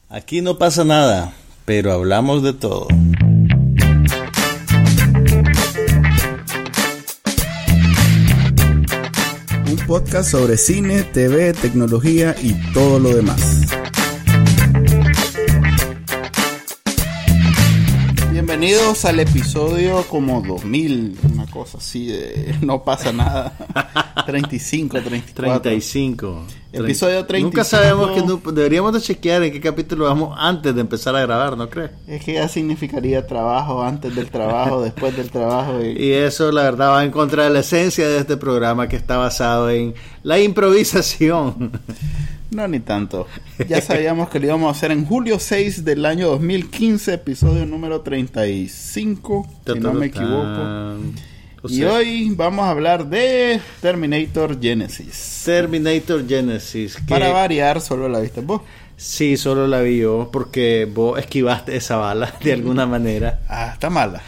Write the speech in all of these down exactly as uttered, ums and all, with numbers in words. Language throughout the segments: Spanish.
Aquí no pasa nada, pero hablamos de todo. Un podcast sobre cine, T V, tecnología y todo lo demás. Bienvenidos al episodio como dos mil, una cosa así de no pasa nada. treinta y cinco, treinta y cuatro. treinta y cinco. Episodio treinta y cinco. Nunca sabemos que no, deberíamos de chequear en qué capítulo vamos antes de empezar a grabar, ¿no crees? Es que ya significaría trabajo antes del trabajo, después del trabajo. Y... y eso la verdad va en contra de la esencia de este programa, que está basado en la improvisación. No, ni tanto. Ya sabíamos que lo íbamos a hacer en julio seis del año dos mil quince, episodio número treinta y cinco, si no me equivoco. O sea, y hoy vamos a hablar de Terminator Genesis. Terminator Genesis. Que... para variar, solo la viste vos. Sí, solo la vi yo, porque vos esquivaste esa bala de alguna manera. Ah, está mala.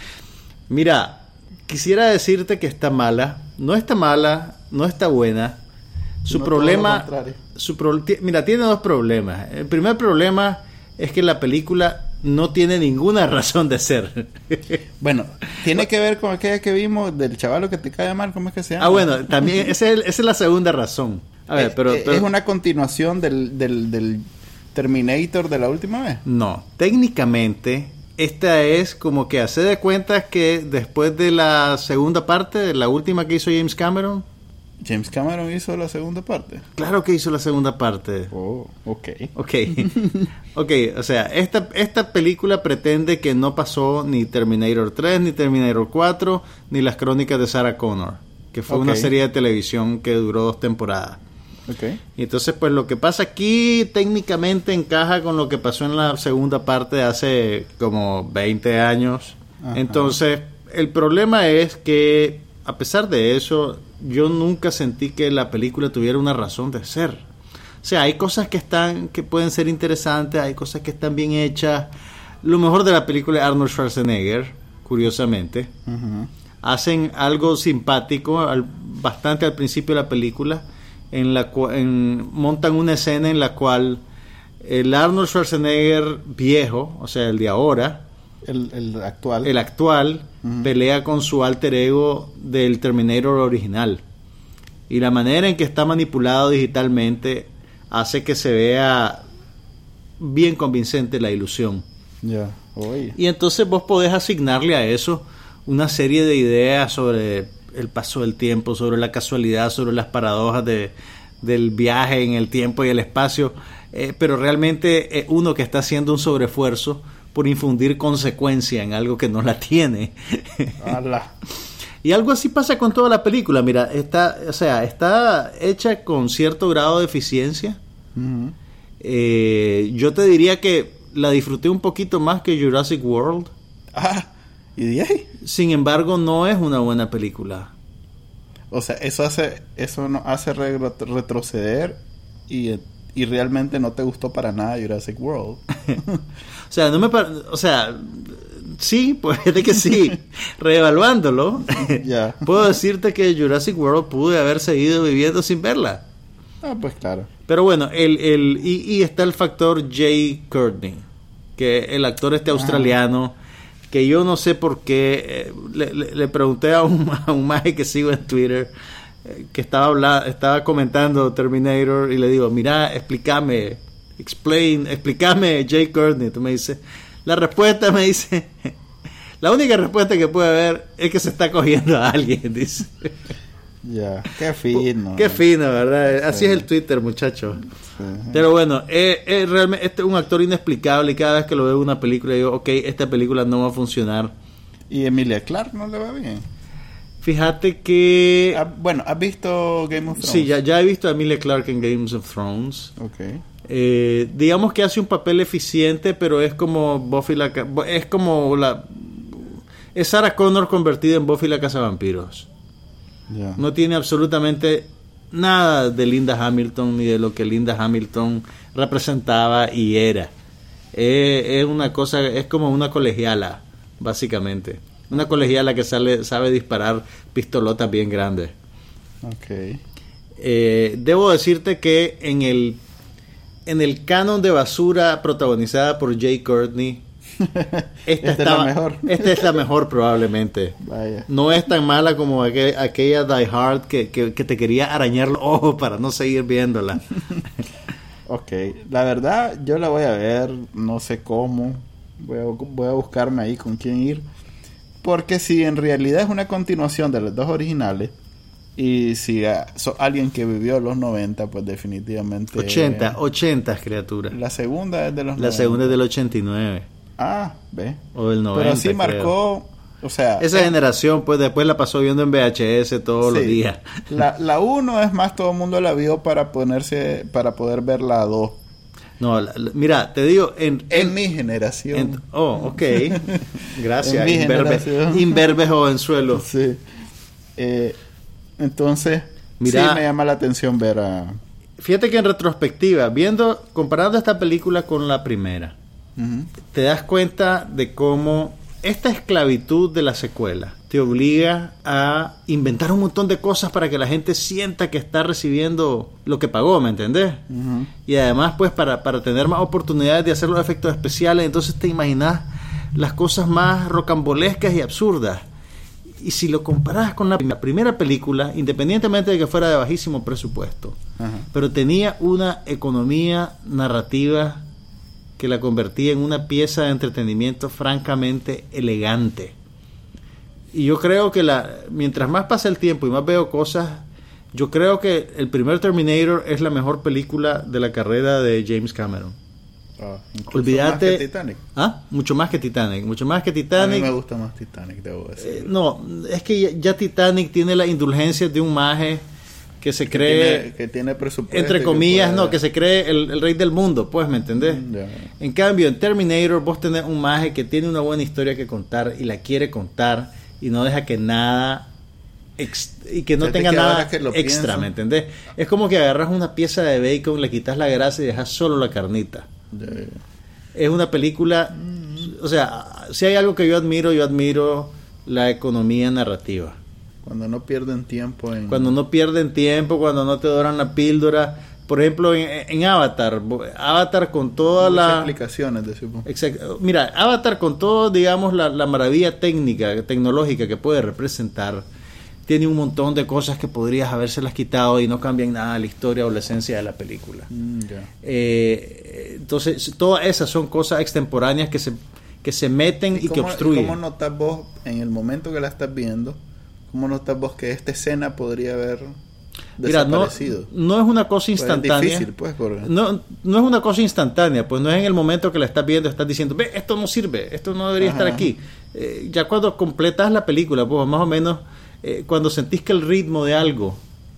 Mira, quisiera decirte que está mala. No está mala, no está buena. Su no problema... Su pro, t- mira, tiene dos problemas. El primer problema es que la película no tiene ninguna razón de ser. Bueno, tiene que ver con aquella que vimos del chavalo que te cae mal, ¿cómo es que se llama? Ah, bueno, también esa es, esa es la segunda razón. A ver, es, pero, es, pero... ¿es una continuación del, del, del Terminator de la última vez? No, técnicamente esta es como que hace de cuenta que después de la segunda parte, de la última que hizo James Cameron. James Cameron hizo la segunda parte. Claro que hizo la segunda parte. Oh, ok. Ok. Ok, o sea, esta, esta película pretende que no pasó ni Terminator tres, ni Terminator cuatro, ni las crónicas de Sarah Connor, que fue okay. Una serie de televisión que duró dos temporadas. Okay. Y entonces, pues lo que pasa aquí técnicamente encaja con lo que pasó en la segunda parte de hace como veinte años. Ajá. Entonces, el problema es que, a pesar de eso, yo nunca sentí que la película tuviera una razón de ser. O sea, hay cosas que están, que pueden ser interesantes, hay cosas que están bien hechas. Lo mejor de la película es Arnold Schwarzenegger, curiosamente. Uh-huh. Hacen algo simpático, al, bastante al principio de la película, en la cu- en, montan una escena en la cual el Arnold Schwarzenegger viejo, o sea, el de ahora, el, el actual, el actual uh-huh. pelea con su alter ego del Terminator original, y la manera en que está manipulado digitalmente hace que se vea bien convincente la ilusión. Ya, oye. Y entonces vos podés asignarle a eso una serie de ideas sobre el paso del tiempo, sobre la casualidad, sobre las paradojas de, del viaje en el tiempo y el espacio, eh, pero realmente es uno que está haciendo un sobreesfuerzo por infundir consecuencia en algo que no la tiene. ¡Hala! Y algo así pasa con toda la película. Mira, está, o sea, está hecha con cierto grado de eficiencia. Uh-huh. Eh, yo te diría que la disfruté un poquito más que Jurassic World. Ah, ¿y de ahí? Sin embargo, no es una buena película. O sea, eso hace, eso no hace re- retroceder y, y realmente no te gustó para nada Jurassic World. O sea, no me par- o sea, sí, puede que sí. Reevaluándolo, yeah. puedo decirte que Jurassic World pude haber seguido viviendo sin verla. Ah, pues claro. Pero bueno, el, el y, y está el factor Jay Courtney, que el actor este australiano, ah. que yo no sé por qué, eh, le, le, le pregunté a un, a un maje que sigo en Twitter, eh, que estaba hablando, estaba comentando Terminator, y le digo, mira, explícame, explain, explícame Jay Courtney. Tú me dices, la respuesta me dice, la única respuesta que puede haber es que se está cogiendo a alguien, dice. Ya, yeah. Qué fino. Qué fino, ¿verdad? Así sí. Es el Twitter, muchachos. Sí. Pero bueno, es, es realmente este es un actor inexplicable, y cada vez que lo veo en una película digo, ok, esta película no va a funcionar. ¿Y Emilia Clarke no le va bien? Fíjate que... Ah, bueno, ¿has visto Game of Thrones? Sí, ya, ya he visto a Emilia Clarke en Game of Thrones. Okay. Eh, digamos que hace un papel eficiente, pero es como Buffy la... Es como la... Es Sarah Connor convertida en Buffy la Cazavampiros. Yeah. No tiene absolutamente nada de Linda Hamilton ni de lo que Linda Hamilton representaba y era. Es, es una cosa, es como una colegiala, básicamente. Una colegiala que sale, sabe disparar pistolotas bien grandes. Okay. Eh, debo decirte que en el en el canon de basura protagonizada por Jay Courtney, esta, esta, estaba, es la mejor. Esta es la mejor probablemente. Vaya. No es tan mala como aquel, aquella Die Hard que, que, que te quería arañar los ojos para no seguir viéndola. Ok, la verdad yo la voy a ver, no sé cómo, voy a, voy a buscarme ahí con quién ir, porque si en realidad es una continuación de las dos originales, y si uh, so, alguien que vivió los noventa, pues definitivamente... ochenta, ochenta, criatura. La segunda es de los La noventa. Segunda es del ochenta y nueve. Ah, ve. O del noventa, pero sí marcó... O sea, esa eh, generación, pues después la pasó viendo en V H S todos sí, los días. La, la uno es más, todo el mundo la vio para ponerse, para poder ver la dos. No, la, la, mira, te digo, en, en, en mi generación. En, oh, ok. Gracias, imberbe, imberbe jovenzuelo. Sí. Eh, entonces, mira, sí me llama la atención ver a... Fíjate que en retrospectiva, viendo, comparando esta película con la primera, uh-huh. te das cuenta de cómo esta esclavitud de la secuela te obliga a inventar un montón de cosas para que la gente sienta que está recibiendo lo que pagó, ¿me entendés? Uh-huh. Y además, pues, para, para tener más oportunidades de hacer los efectos especiales, entonces te imaginas las cosas más rocambolescas y absurdas. Y si lo comparas con la primera película, independientemente de que fuera de bajísimo presupuesto, uh-huh. pero tenía una economía narrativa que la convertía en una pieza de entretenimiento francamente elegante. Y yo creo que la mientras más pasa el tiempo y más veo cosas, yo creo que el primer Terminator es la mejor película de la carrera de James Cameron. Oh, Olvídate. Más que Titanic. ¿Ah? Mucho más que Titanic. Mucho más que Titanic. A mí me gusta más Titanic, debo decir. Eh, no, es que ya, ya Titanic tiene la indulgencia de un maje que se cree... Que tiene, que tiene presupuesto. Entre comillas, que puede... no, que se cree el, el rey del mundo, pues, ¿me entendés? Mm, yeah. En cambio, en Terminator vos tenés un maje que tiene una buena historia que contar y la quiere contar y no deja que nada... Ex, y que no Fíjate tenga que nada que extra, pienso. ¿Me entendés? Es como que agarras una pieza de bacon, le quitas la grasa y dejas solo la carnita. Yeah. Es una película... O sea, si hay algo que yo admiro, yo admiro la economía narrativa. Cuando no pierden tiempo en... Cuando no pierden tiempo, cuando no te doran la píldora. Por ejemplo, en, en Avatar. Avatar con todas las... explicaciones, decimos. Exacto. Mira, Avatar con todo, digamos, la, la maravilla técnica, tecnológica que puede representar, tiene un montón de cosas que podrías habérselas quitado y no cambian nada la historia o la esencia de la película. Mm, yeah. eh, entonces, todas esas son cosas extemporáneas que se, que se meten y, y que obstruyen. ¿Cómo notas vos, en el momento que la estás viendo, cómo notas vos que esta escena podría haber desaparecido? Mira, no, no es una cosa instantánea. Pues es difícil, pues, porque... no, no es una cosa instantánea, pues no es en el momento que la estás viendo, estás diciendo, ve, esto no sirve, esto no debería Ajá. estar aquí. Eh, ya cuando completas la película, pues más o menos, eh, cuando sentís que el ritmo de algo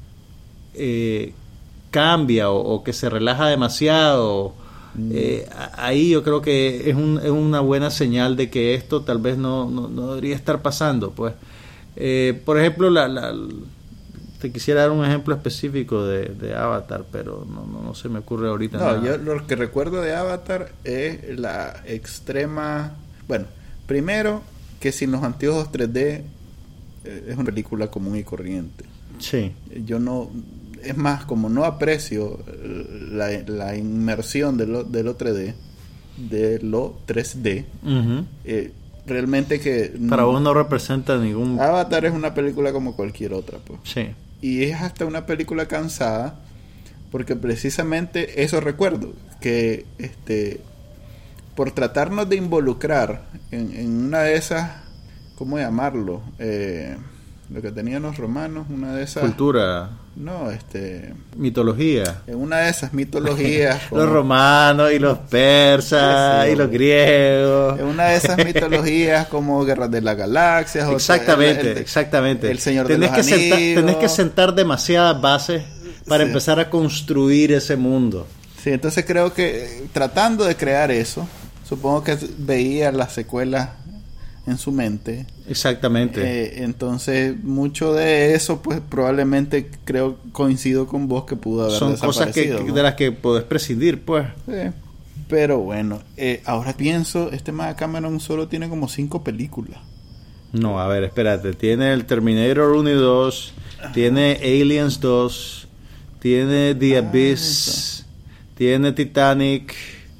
eh, cambia o, o que se relaja demasiado, mm. eh, ahí yo creo que es, un, es una buena señal de que esto tal vez no, no, no debería estar pasando, pues. Eh, por ejemplo, la, la, te quisiera dar un ejemplo específico de, de Avatar, pero no, no, no se me ocurre ahorita no, nada. Yo lo que recuerdo de Avatar es la extrema... Bueno, primero, que sin los anteojos tres D eh, es una película común y corriente. Sí. Yo no... Es más, como no aprecio la, la inmersión de lo, de lo tres D, de lo tres D, uh-huh. eh, realmente que... Para no, vos no representa ningún... Avatar es una película como cualquier otra, pues. Sí. Y es hasta una película cansada, porque precisamente eso recuerdo, que este por tratarnos de involucrar en, en una de esas, ¿cómo llamarlo? Eh, lo que tenían los romanos, una de esas... Cultura... No, este... mitología. En una de esas mitologías... como... los romanos y los persas sí, sí, y los griegos. En una de esas mitologías como Guerras de las Galaxias. Exactamente, o sea, el, el, exactamente. El Señor tenés de los que Anillos. Sentar, tenés que sentar demasiadas bases para sí. empezar a construir ese mundo. Sí, entonces creo que tratando de crear eso, supongo que veía las secuelas en su mente. Exactamente. Eh, entonces, mucho de eso, pues, probablemente creo coincido con vos que pudo haber Son desaparecido. Son cosas que, ¿no? de las que podés prescindir, pues. Sí. Pero bueno, eh, ahora pienso, este más Cameron solo tiene como cinco películas. No, a ver, espérate. Tiene el Terminator uno y dos, Ajá. tiene Aliens dos, tiene The ah, Abyss, eso. tiene Titanic,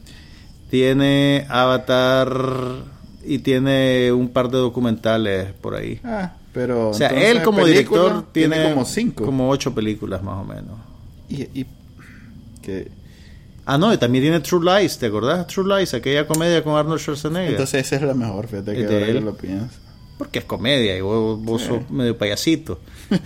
tiene Avatar y tiene un par de documentales por ahí. Ah, pero... O sea, él como director tiene, tiene como cinco. Como ocho películas más o menos. Y... y que... Ah, no, y también tiene True Lies, ¿te acordás? True Lies, aquella comedia con Arnold Schwarzenegger. Entonces esa es la mejor, fíjate que ahora que lo piensas. Porque es comedia y vos, vos sí. sos medio payasito.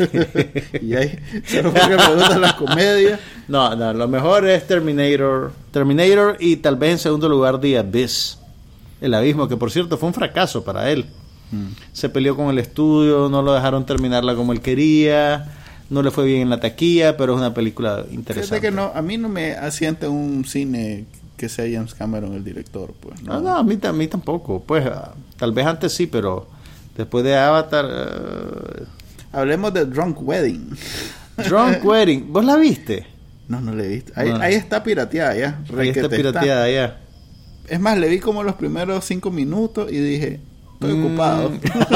Y ahí, solo porque me gustan las comedias. No, no, lo mejor es Terminator. Terminator y tal vez en segundo lugar The Abyss. El Abismo, que por cierto fue un fracaso para él. Hmm. Se peleó con el estudio, no lo dejaron terminarla como él quería. No le fue bien en la taquilla, pero es una película interesante. Fíjate que no, a mí no me asienta un cine que sea James Cameron el director, pues. No, no, no a, mí, a mí tampoco. Pues tal vez antes sí, pero después de Avatar... Uh... Hablemos de Drunk Wedding. Drunk Wedding, ¿vos la viste? No, no la he visto. Ahí, no. ahí está pirateada ya. Ahí está pirateada está. ya. Es más, le vi como los primeros cinco minutos y dije... Estoy mm. ocupado.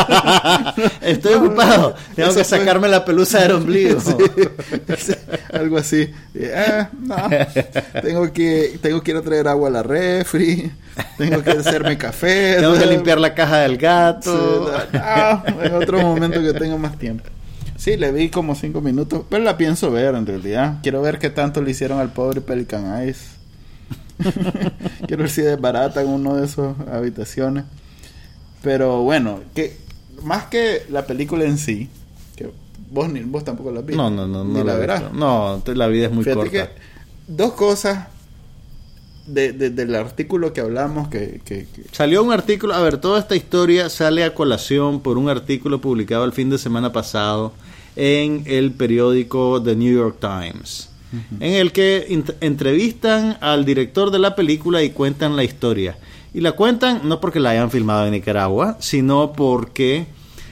Estoy no, ocupado. Tengo que fue... sacarme la pelusa del ombligo. Sí, sí, algo así. Eh, no. Tengo que, tengo que ir a traer agua a la refri. Tengo que hacerme café. Tengo que limpiar la caja del gato. Sí, no, no, en otro momento que tengo más tiempo. Sí, le vi como cinco minutos. Pero la pienso ver en realidad. Quiero ver qué tanto le hicieron al pobre Pelican Eyes. Quiero ver si desbaratan uno de esas habitaciones. Pero bueno, que más que la película en sí, que vos ni vos tampoco la viste. No, no, no, no la, la verás. No, la vida es muy Fíjate corta. Que dos cosas de, de, del artículo que hablamos que, que, que salió un artículo, a ver, toda esta historia sale a colación por un artículo publicado el fin de semana pasado en el periódico The New York Times, uh-huh. en el que int- entrevistan al director de la película y cuentan la historia. Y la cuentan no porque la hayan filmado en Nicaragua, sino porque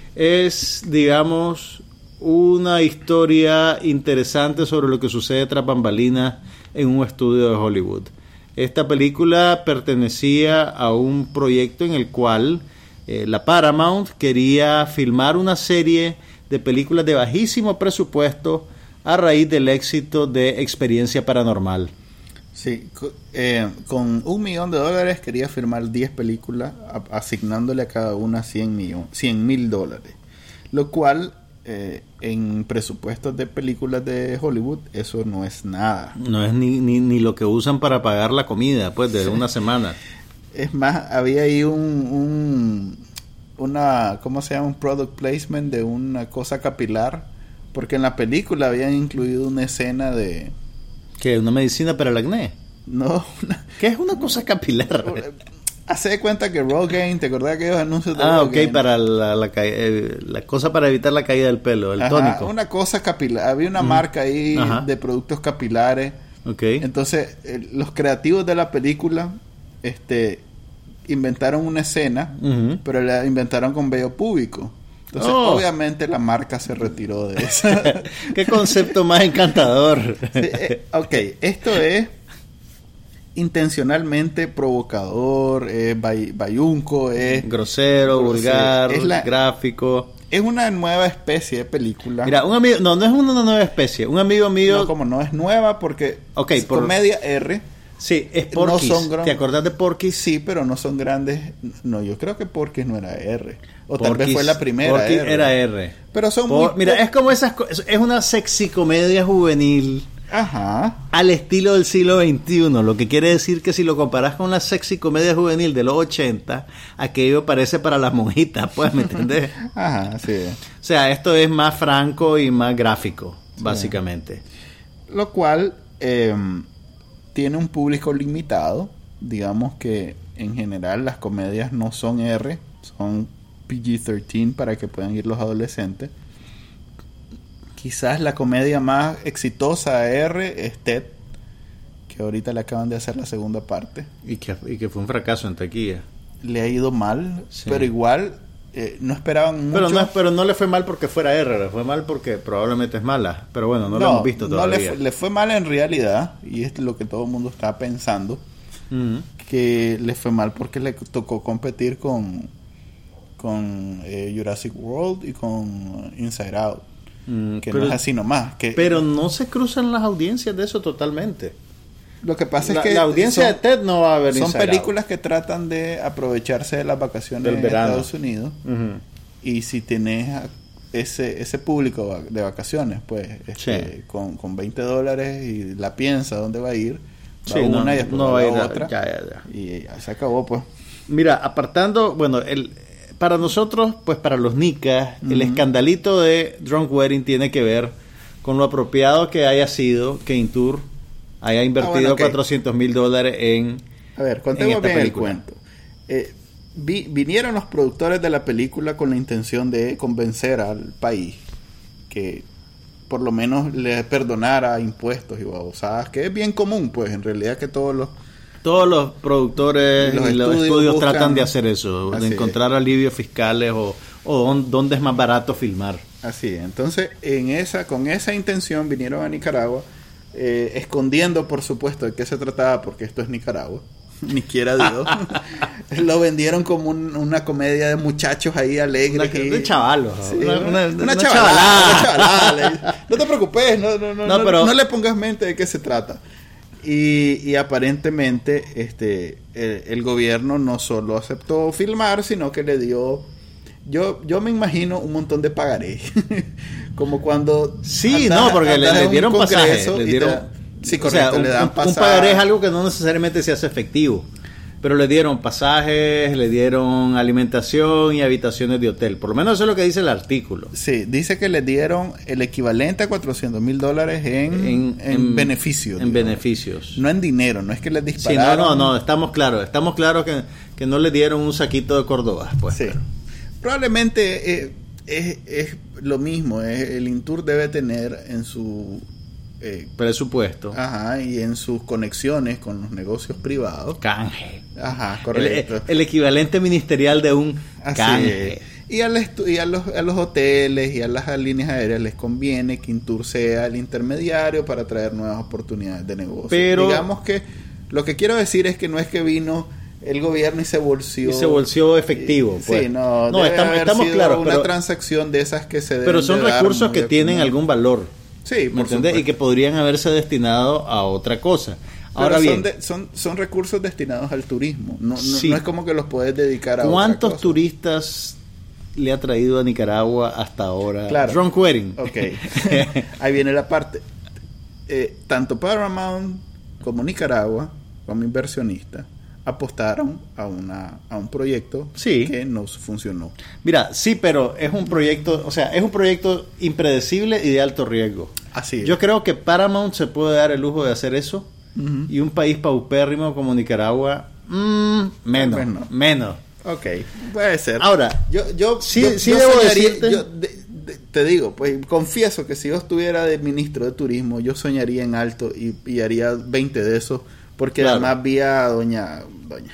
es, digamos, una historia interesante sobre lo que sucede tras bambalinas en un estudio de Hollywood. Esta película pertenecía a un proyecto en el cual eh, la Paramount quería filmar una serie de películas de bajísimo presupuesto a raíz del éxito de Experiencia Paranormal. Sí, eh, con un millón de dólares quería firmar diez películas, a, asignándole a cada una cien mil dólares. Lo cual, eh, en presupuestos de películas de Hollywood, eso no es nada. No es ni, ni, ni lo que usan para pagar la comida, pues, de una semana. Es más, había ahí un, un una, ¿cómo se llama? Un product placement de una cosa capilar, porque en la película habían incluido una escena de... ¿Qué? ¿Una medicina para el acné? No. Una... ¿Qué es una cosa capilar? Hace de cuenta que Rogaine, ¿te acordás que aquellos anuncios de Ah, Rogaine? ok, para la, la, eh, la cosa para evitar la caída del pelo, el Ajá, tónico. Una cosa capilar. Había una mm. marca ahí Ajá. de productos capilares. Ok. Entonces, eh, los creativos de la película este, inventaron una escena, uh-huh. pero la inventaron con vello púbico. Entonces, oh. obviamente, la marca se retiró de eso. ¡Qué concepto más encantador! Sí, eh, ok, esto es intencionalmente provocador, es bay- bayunco, es... grosero, vulgar, es la, gráfico. Es una nueva especie de película. Mira, un amigo... No, no es una nueva especie. Un amigo mío... No, como no es nueva porque okay, es por... comedia R... Sí, es Porky's. No son gran... ¿Te acordás de Porky's? Sí, pero no son grandes. No, yo creo que Porky's no era R. O Porky's, tal vez fue la primera Porky's R. era R. Pero son Por... muy... Mira, es como esas cosas. Es una sexy comedia juvenil. Ajá. Al estilo del siglo veintiuno. Lo que quiere decir que si lo comparas con la sexy comedia juvenil de los ochenta, aquello parece para las monjitas, pues, ¿me entendés? Ajá, sí. O sea, esto es más franco y más gráfico, sí. básicamente. Lo cual... Eh, tiene un público limitado. Digamos que en general las comedias no son R, son P G trece para que puedan ir los adolescentes. Quizás la comedia más exitosa de R es Ted, que ahorita le acaban de hacer la segunda parte. Y que, y que fue un fracaso en taquilla. Le ha ido mal, sí. pero igual eh, no esperaban mucho. Pero no, pero no le fue mal porque fuera R, le fue mal porque probablemente es mala. Pero bueno, no, no lo hemos visto todavía. No le, fue, le fue mal en realidad, y es lo que todo el mundo está pensando, uh-huh. que le fue mal porque le tocó competir con, con eh, Jurassic World y con Inside Out. Mm, que pero, no es así nomás. Que, pero no se cruzan las audiencias de eso totalmente. Lo que pasa la, es que la audiencia son, de Ted no va a ver son películas que tratan de aprovecharse de las vacaciones del en verano. Estados Unidos. Uh-huh. Y si tenés ese ese público de vacaciones, pues este, sí. con, con veinte dólares y la piensa dónde va a ir, va sí, una no, y después no va va a ir la a, otra ya, ya, ya. y ya se acabó, pues. Mira, apartando, bueno, el para nosotros, pues para los nicas, uh-huh. el escandalito de Drunk Wedding tiene que ver con lo apropiado que haya sido que Intour haya invertido ah, bueno, okay. cuatrocientos mil dólares en A ver, contemos bien película. el cuento. Eh, vi, vinieron los productores de la película con la intención de convencer al país que por lo menos le perdonara impuestos y babosadas, que es bien común, pues en realidad que todos los Todos los productores los y los estudios, estudios buscan, tratan de hacer eso, de encontrar es. alivios fiscales o, o dónde es más barato filmar. Así es. Entonces, en esa, con esa intención vinieron a Nicaragua, eh, escondiendo, por supuesto, de qué se trataba, porque esto es Nicaragua, ni quiera Dios. Lo vendieron como un, una comedia de muchachos ahí alegres. Una, y, de chavalos. Sí, una, una, una, una chavalada. Una chavalada. No te preocupes, no, no, no, no, pero, no, no le pongas mente de qué se trata. Y, y aparentemente este el, el gobierno no solo aceptó filmar, sino que le dio, yo yo me imagino un montón de pagaré, como cuando sí andas, no porque le, le dieron pasajes, le dieron te, sí, correcto, o sea, un, le dan un, un pagaré es algo que no necesariamente se hace efectivo, pero le dieron pasajes, le dieron alimentación y habitaciones de hotel. Por lo menos eso es lo que dice el artículo. Sí, dice que le dieron el equivalente a cuatrocientos mil dólares en, en, en, en beneficios. En digamos. beneficios. No en dinero, no es que les dispararon. Sí, no, no, no, estamos claros. Estamos claros que, que no le dieron un saquito de Córdoba. Pues, sí. Pero. Probablemente eh, es, es lo mismo. Es, el Intour debe tener en su... Eh, presupuesto. Ajá, y en sus conexiones con los negocios privados. Canje. Ajá, correcto. El, el equivalente ministerial de un Así canje. Es. Y, al estu- y a, los, a los hoteles y a las líneas aéreas les conviene que Intour sea el intermediario para traer nuevas oportunidades de negocio. Pero, digamos que lo que quiero decir es que no es que vino el gobierno y se bolsió. Y se bolsió efectivo. Y, pues. Sí, no, no estamos, estamos claros. Una pero, transacción de esas que se deben Pero son de recursos dar que tienen común. algún valor. Sí, por supuesto. Y que podrían haberse destinado a otra cosa. Ahora Pero bien, son, de, son, son recursos destinados al turismo. No, no, sí. no es como que los puedes dedicar a ¿Cuántos otra cosa? turistas le ha traído a Nicaragua hasta ahora? Claro. Drunk Wedding. Ok. Ahí viene la parte. Eh, tanto Paramount como Nicaragua, como inversionista, apostaron a una a un proyecto sí. que no funcionó. Mira, sí, pero es un proyecto, o sea, es un proyecto impredecible y de alto riesgo. Así es. Yo creo que Paramount se puede dar el lujo de hacer eso uh-huh. y un país paupérrimo como Nicaragua, mmm, menos, bueno. menos. Ok, puede ser. Ahora, yo yo sí, yo, sí yo debo soñaría, decirte, yo de, de, te digo, pues confieso que si yo estuviera de ministro de turismo, yo soñaría en alto y, y haría veinte de esos. Porque claro. además vi a doña, doña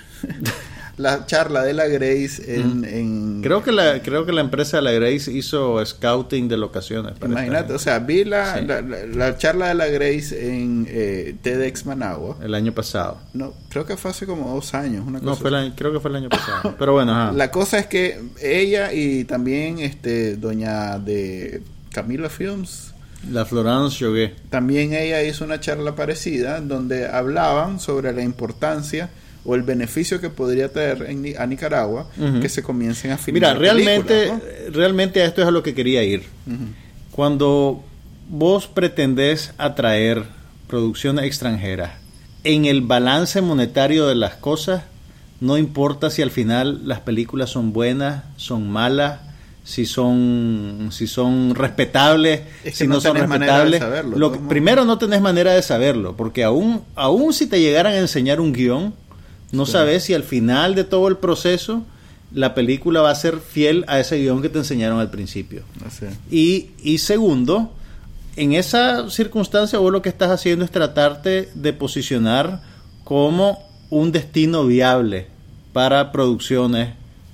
la charla de la Grace en, mm. en... Creo que la creo que la empresa de la Grace hizo scouting de locaciones. Imagínate, o sea, vi la, sí. la, la, la charla de la Grace en eh, TEDx Managua. El año pasado. No, creo que fue hace como dos años. Una cosa no, fue el, creo que fue el año pasado. Pero bueno, ajá. La cosa es que ella y también este doña de Camila Films... La Florence Jogué. También ella hizo una charla parecida donde hablaban sobre la importancia o el beneficio que podría traer en, a Nicaragua uh-huh. que se comiencen a filmar. Mira, realmente, ¿no? realmente a esto es a lo que quería ir. Uh-huh. Cuando vos pretendés atraer producción extranjera, en el balance monetario de las cosas, no importa si al final las películas son buenas, son malas, si son si son respetables, es que si no, no son respetables. Saberlo, Lo que, primero no tenés manera de saberlo, porque aún aún si te llegaran a enseñar un guión, no sí. sabes si al final de todo el proceso la película va a ser fiel a ese guión que te enseñaron al principio. Así. Y y segundo, en esa circunstancia vos lo que estás haciendo es tratarte de posicionar como un destino viable para producciones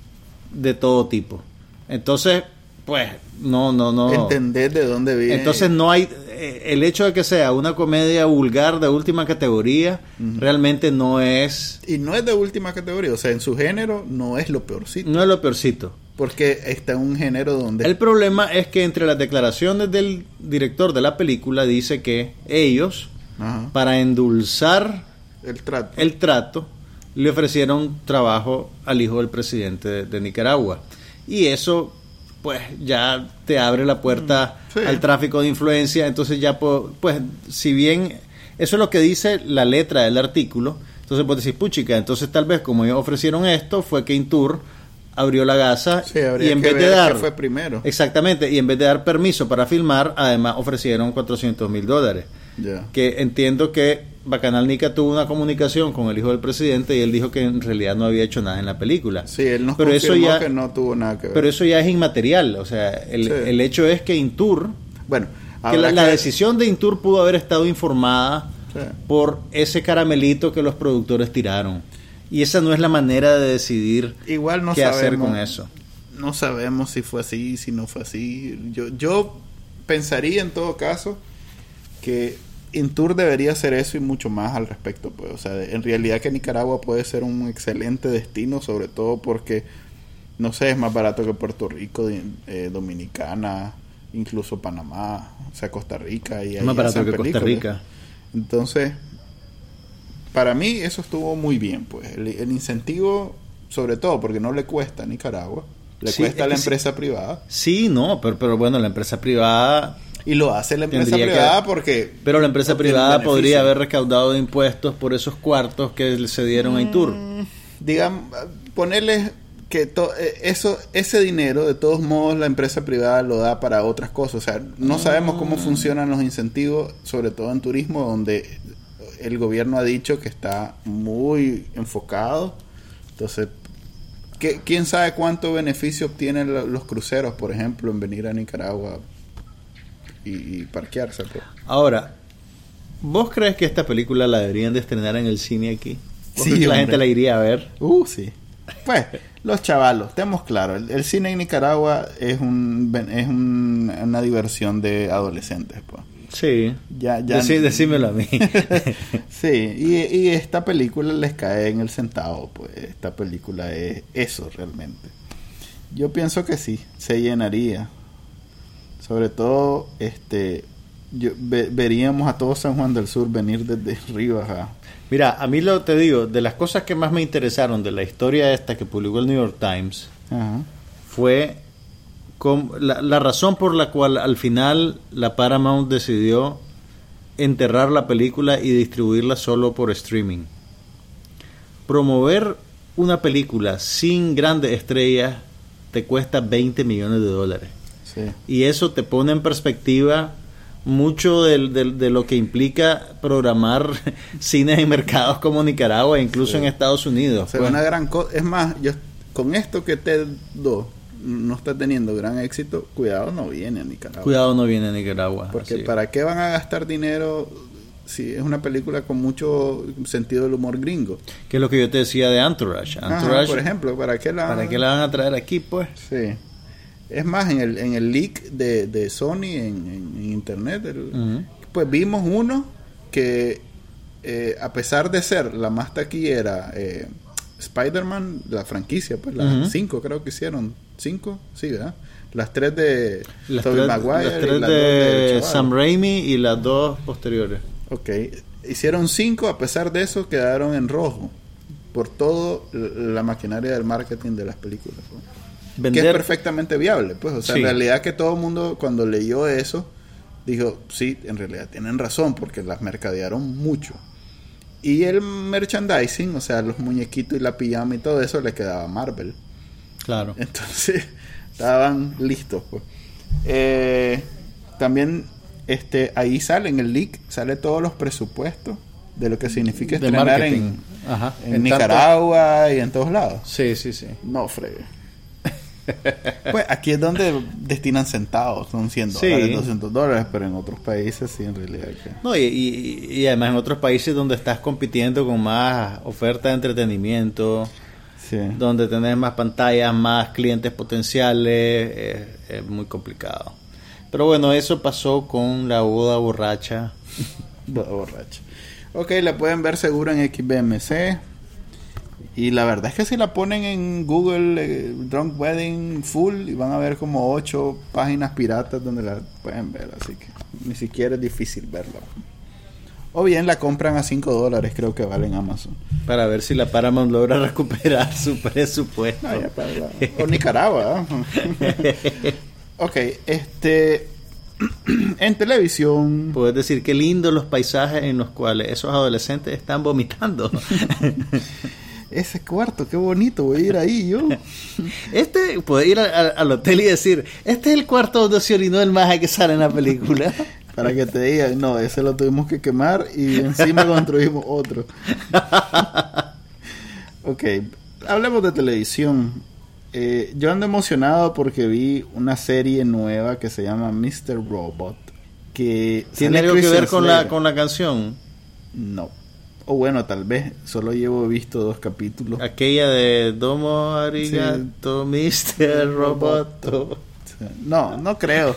de todo tipo. Entonces, pues, no, no, no. Entender de dónde viene. Entonces no hay, eh, el hecho de que sea una comedia vulgar de última categoría, uh-huh. realmente no es. Y no es de última categoría, o sea, en su género no es lo peorcito. No es lo peorcito. Porque está en un género donde... El problema es que entre las declaraciones del director de la película dice que ellos Ajá. Para endulzar el trato. el trato, le ofrecieron trabajo al hijo del presidente de, de Nicaragua. Y eso, pues, ya te abre la puerta sí. al tráfico de influencia. Entonces ya, pues, si bien eso es lo que dice la letra del artículo, entonces puedes decir, puchica, entonces tal vez como ellos ofrecieron esto, fue que Intur abrió la gasa sí, y en vez de dar... fue primero. Exactamente, y en vez de dar permiso para filmar, además ofrecieron cuatrocientos mil dólares. Yeah. Que entiendo que Bacanal Nica tuvo una comunicación con el hijo del presidente y él dijo que en realidad no había hecho nada en la película. Sí, él nos pero confirmó eso ya, que no tuvo nada que ver. Pero eso ya es inmaterial, o sea, el, sí. el hecho es que Intur, bueno, que la, la decisión de Intur pudo haber estado informada sí. por ese caramelito que los productores tiraron. Y esa no es la manera de decidir Igual no qué sabemos, hacer con eso. No sabemos si fue así, si no fue así. Yo, yo pensaría en todo caso que Intur debería hacer eso y mucho más al respecto, pues, o sea, en realidad que Nicaragua puede ser un excelente destino, sobre todo porque, no sé, es más barato que Puerto Rico, eh, Dominicana, incluso Panamá, o sea, Costa Rica. Y es más barato que Costa Rica. Entonces, para mí eso estuvo muy bien, pues, el, el incentivo, sobre todo porque no le cuesta a Nicaragua, le sí, cuesta a la empresa sí, privada. Sí, no, pero, pero bueno, la empresa privada... Y lo hace la empresa privada que, porque... Pero la empresa privada podría haber recaudado de impuestos por esos cuartos que se dieron mm, a Intur. Digamos, ponerles que to, eso ese dinero, de todos modos, la empresa privada lo da para otras cosas. O sea, no sabemos cómo funcionan los incentivos, sobre todo en turismo, donde el gobierno ha dicho que está muy enfocado. Entonces, ¿qué, ¿quién sabe cuánto beneficio obtienen los cruceros, por ejemplo, en venir a Nicaragua y, y parquearse? Pues? Ahora, ¿vos crees que esta película la deberían de estrenar en el cine aquí? ¿Vos Sí, crees que la hombre. gente la iría a ver? Uh, sí. Pues, los chavalos, estemos claros, el, el cine en Nicaragua es un es un, una diversión de adolescentes, pues. Sí. Ya, ya. Decí, decímelo a mí. Sí, y, y esta película les cae en el centavo, pues. Esta película es eso realmente. Yo pienso que sí, se llenaría. Sobre todo, este, yo, ve, veríamos a todo San Juan del Sur venir desde Rivas a... Mira, a mí lo te digo, de las cosas que más me interesaron de la historia esta que publicó el New York Times, Ajá. fue con la, la razón por la cual al final la Paramount decidió enterrar la película y distribuirla solo por streaming. Promover una película sin grandes estrellas te cuesta veinte millones de dólares. Sí. Y eso te pone en perspectiva mucho de, de, de lo que implica programar cines en mercados como Nicaragua, incluso sí. en Estados Unidos. O sea, pues. Una gran cosa. Es más, yo con esto que Ted dos no está teniendo gran éxito, cuidado no viene a Nicaragua. Cuidado no viene a Nicaragua. Porque así. ¿para qué van a gastar dinero si es una película con mucho sentido del humor gringo? Que es lo que yo te decía de Entourage. Entourage Ajá, por ejemplo, ¿para qué la ¿para qué la van a traer aquí, pues? Sí. Es más, en el en el leak de, de Sony en, en, en internet, el, uh-huh. pues vimos uno que eh, a pesar de ser la más taquillera, eh, Spider-Man, la franquicia, pues las uh-huh. cinco creo que hicieron, cinco, sí, ¿verdad? Las tres de Tobey Maguire, las tres y las de, de Sam Raimi y las dos posteriores. Ok, hicieron cinco, a pesar de eso quedaron en rojo por todo la maquinaria del marketing de las películas, ¿no? Vender. Que es perfectamente viable, pues, o sea, sí. En realidad que todo el mundo cuando leyó eso dijo, sí, en realidad tienen razón porque las mercadearon mucho. Y el merchandising, o sea, los muñequitos y la pijama y todo eso le quedaba a Marvel. Claro. Entonces, estaban listos, pues. Eh, también este ahí sale en el leak, sale todos los presupuestos de lo que significa de estrenar marketing. en, Ajá. en, en Nicaragua tanto... y en todos lados. Sí, sí, sí. No fregue. Pues aquí es donde destinan centavos, son cien sí. dólares, doscientos dólares, pero en otros países sí, en realidad. Que... No, y, y, y además en otros países donde estás compitiendo con más oferta de entretenimiento, sí. donde tenés más pantallas, más clientes potenciales, es, es muy complicado. Pero bueno, eso pasó con la boda borracha. Boda borracha. Ok, la pueden ver seguro en X B M C. Y la verdad es que si la ponen en Google eh, Drunk Wedding Full y van a ver como ocho páginas piratas donde la pueden ver, así que ni siquiera es difícil verla. O bien la compran a cinco dólares, creo que vale en Amazon. Para ver si la Paramount logra recuperar su presupuesto. No, ya para la... O Nicaragua. Ok, este... en televisión... Puedes decir qué lindo los paisajes en los cuales esos adolescentes están vomitando. Ese cuarto, qué bonito, voy a ir ahí yo. Este, puede ir a, a, al hotel y decir, este es el cuarto donde se orinó el maje que sale en la película. Para que te digan, no, ese lo tuvimos que quemar y encima construimos otro. Ok, hablemos de televisión. Eh, yo ando emocionado porque vi una serie nueva que se llama mister Robot. Que ¿Tiene algo que ver con la, con la canción? No. O bueno, tal vez, solo llevo visto dos capítulos. Aquella de Domo Arigato, sí. mister Roboto. No, no creo.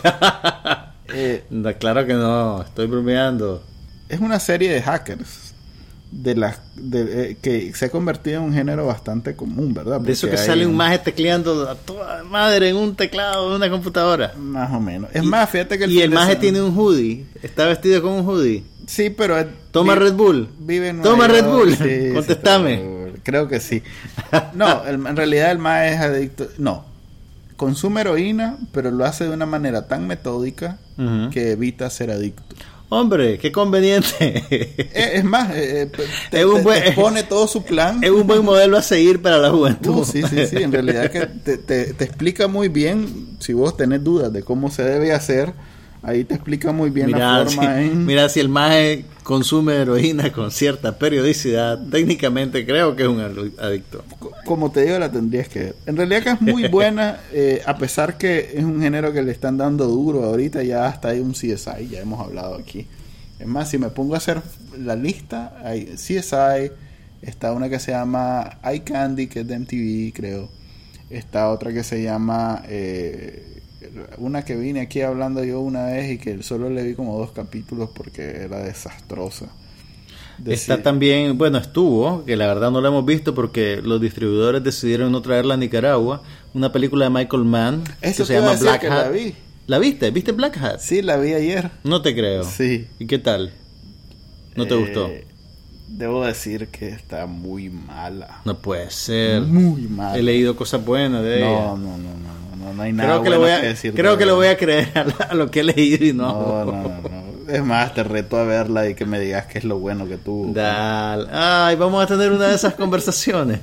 eh, no, claro que no, estoy bromeando. Es una serie de hackers de las de, eh, que se ha convertido en un género bastante común, ¿verdad? Porque de eso que sale un maje tecleando a toda madre en un teclado de una computadora. Más o menos. Es y, más, fíjate que el Y el maje tiene un hoodie, está vestido con un hoodie. Sí, pero... Toma vive, Red Bull. Vive en Toma Red Bull. Sí, contéstame. Sí, creo que sí. No, el, en realidad el mae es adicto. No. Consume heroína, pero lo hace de una manera tan metódica uh-huh. que evita ser adicto. Hombre, qué conveniente. Es, es más, eh, te, es un te, buen, te pone todo su plan. Es un buen modelo a seguir para la juventud. Uh, sí, sí, sí. En realidad que te, te, te explica muy bien, si vos tenés dudas de cómo se debe hacer, ahí te explica muy bien mira, la forma. Si, en... Mira, si el maje consume heroína con cierta periodicidad, técnicamente creo que es un adicto. Como te digo, la tendrías que ver. En realidad que es muy buena, eh, a pesar que es un género que le están dando duro ahorita, ya hasta hay un C S I, ya hemos hablado aquí. Es más, si me pongo a hacer la lista, hay C S I, está una que se llama Eye Candy, que es de M T V, creo. Está otra que se llama... Eh, una que vine aquí hablando yo una vez y que solo le vi como dos capítulos porque era desastrosa. Decir... Está también, bueno, estuvo, que la verdad no la hemos visto porque los distribuidores decidieron no traerla a Nicaragua, una película de Michael Mann Eso que se llama Black que Hat. La vi. ¿La viste? ¿Viste Black Hat? Sí, la vi ayer. No te creo. Sí. ¿Y qué tal? ¿No te eh, gustó? Debo decir que está muy mala. No puede ser. Muy mala. He leído cosas buenas de ella. No, no, no, no. No, no hay nada creo que, bueno voy a, que decir. Creo que lo voy a creer a, la, a lo que he leído y no. No, no, no, no. Es más, te reto a verla y que me digas qué es lo bueno que tuvo. Dale. Ay, vamos a tener una de esas conversaciones.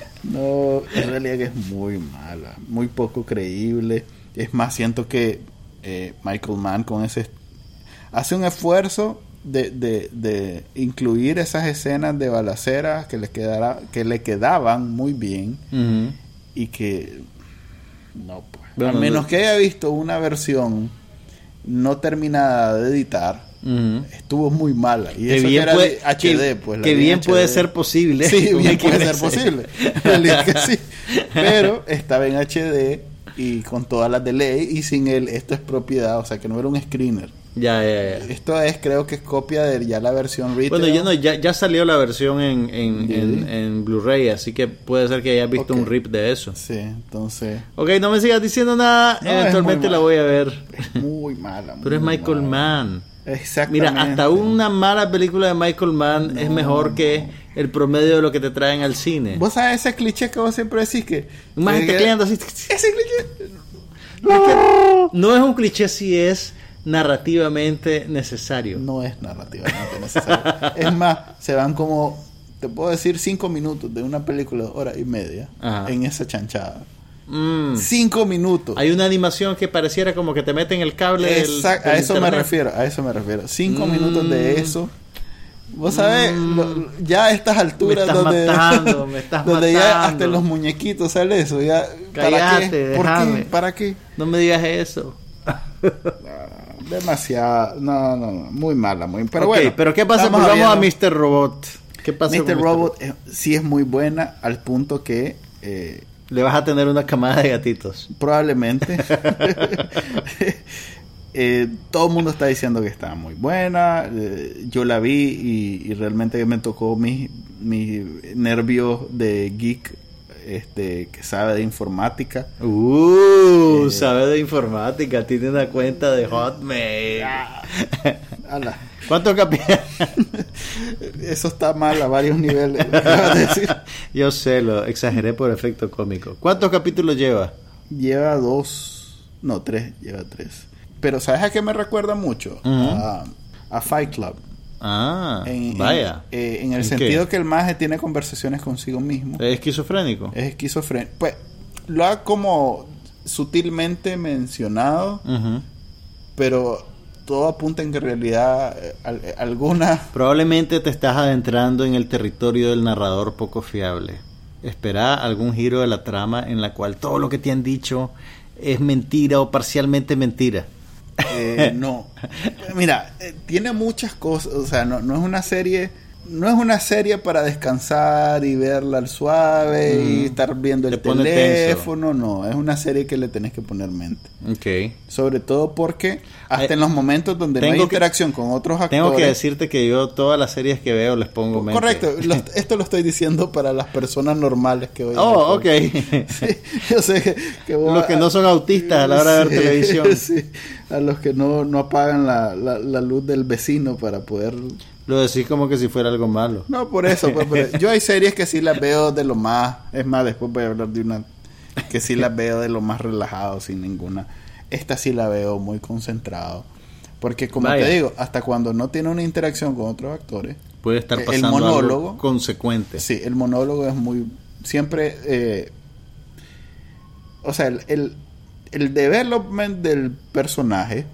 No, en realidad que es muy mala. Muy poco creíble. Es más, siento que eh, Michael Mann con ese... hace un esfuerzo de, de, de incluir esas escenas de balacera que le, quedara, que le quedaban muy bien. Uh-huh. Y que... No, pues. Bueno, a menos no. que haya visto una versión no terminada de editar, uh-huh. estuvo muy mala. Y que eso bien que era puede, H D, pues. Que bien H D. Puede ser posible. Sí, bien puede ser posible. En realidad que sí. Pero estaba en H D y con todas las de ley y sin el esto es propiedad, o sea que no era un screener. Ya, ya, ya. Esto es, creo que es copia de ya la versión retail. Bueno, ya, no, ya, ya salió la versión en, en, en, en Blu-ray, así que puede ser que hayas visto okay. un rip de eso. Sí, entonces... Ok, no me sigas diciendo nada, no, eventualmente la voy a ver. Es muy mala. Muy Pero es Michael mala. Mann. Exactamente. Mira, hasta una mala película de Michael Mann no, es mejor no. que el promedio de lo que te traen al cine. ¿Vos sabés ese cliché que vos siempre decís que... Más que, tecleando así... Ese cliché... No. Es que no es un cliché si es... narrativamente necesario. No es narrativamente necesario. Es más, se van como, te puedo decir, cinco minutos de una película de hora y media. Ajá. En esa chanchada. Mm. Cinco minutos. Hay una animación que pareciera como que te meten el cable. Exacto. Del, del a eso internet. me refiero. A eso me refiero. Cinco mm. minutos de eso. Vos sabés, mm. lo, ya a estas alturas me estás donde, matando, me estás donde matando. ya hasta en los muñequitos sale eso. Ya, Cállate, ¿para qué? ¿Por déjame. qué? ¿Para qué? No me digas eso. Demasiado, no, no, no, muy mala, muy, pero okay, bueno. Pero ¿qué pasa? Pues vamos a mister Robot. ¿Qué pasa mister con Robot? mister Robot sí es muy buena al punto que eh, le vas a tener una camada de gatitos. Probablemente. eh, todo el mundo está diciendo que está muy buena. Eh, yo la vi y, y realmente me tocó mis mi nervios de geek este, que sabe de informática. Uh, eh, sabe de informática, tiene una cuenta de Hotmail. Ah, ala. ¿Cuántos capítulos? Eso está mal a varios niveles. Decir. Yo sé, lo exageré por efecto cómico. ¿Cuántos capítulos lleva? Lleva dos, no, tres, lleva tres. Pero ¿sabes a qué me recuerda mucho? Uh-huh. A, a Fight Club. Ah, en, vaya. En, eh, en el ¿En sentido qué? Que el maje tiene conversaciones consigo mismo. ¿Es esquizofrénico? Es esquizofrénico. Pues lo ha como sutilmente mencionado, uh-huh. pero todo apunta en que en realidad eh, alguna... Probablemente te estás adentrando en el territorio del narrador poco fiable. Espera algún giro de la trama en la cual todo lo que te han dicho es mentira o parcialmente mentira. Eh, no, mira, eh, tiene muchas cosas, o sea, no, no es una serie, no es una serie para descansar y verla al suave mm. y estar viendo el teléfono, no, es una serie que le tenés que poner mente. Okay. Sobre todo porque hasta eh, en los momentos donde no hay interacción que, con otros actores. Tengo que decirte que yo todas las series que veo les pongo mente. Correcto, lo, esto lo estoy diciendo para las personas normales que hoy. Oh, ok. Sí, yo sé que, que vos, los que no son autistas a la hora de sí, ver televisión. Sí, a los que no, no apagan la, la, la luz del vecino para poder... Lo decís como que si fuera algo malo. No, por eso. Pues, pero yo hay series que sí las veo de lo más... Es más, después voy a hablar de una que sí las veo de lo más relajado, sin ninguna... Esta sí la veo muy concentrado. Porque como Vaya. te digo, hasta cuando no tiene una interacción con otros actores... Puede estar pasando el monólogo, algo consecuente. Sí, el monólogo es muy... Siempre... Eh, o sea, el, el, el development del personaje...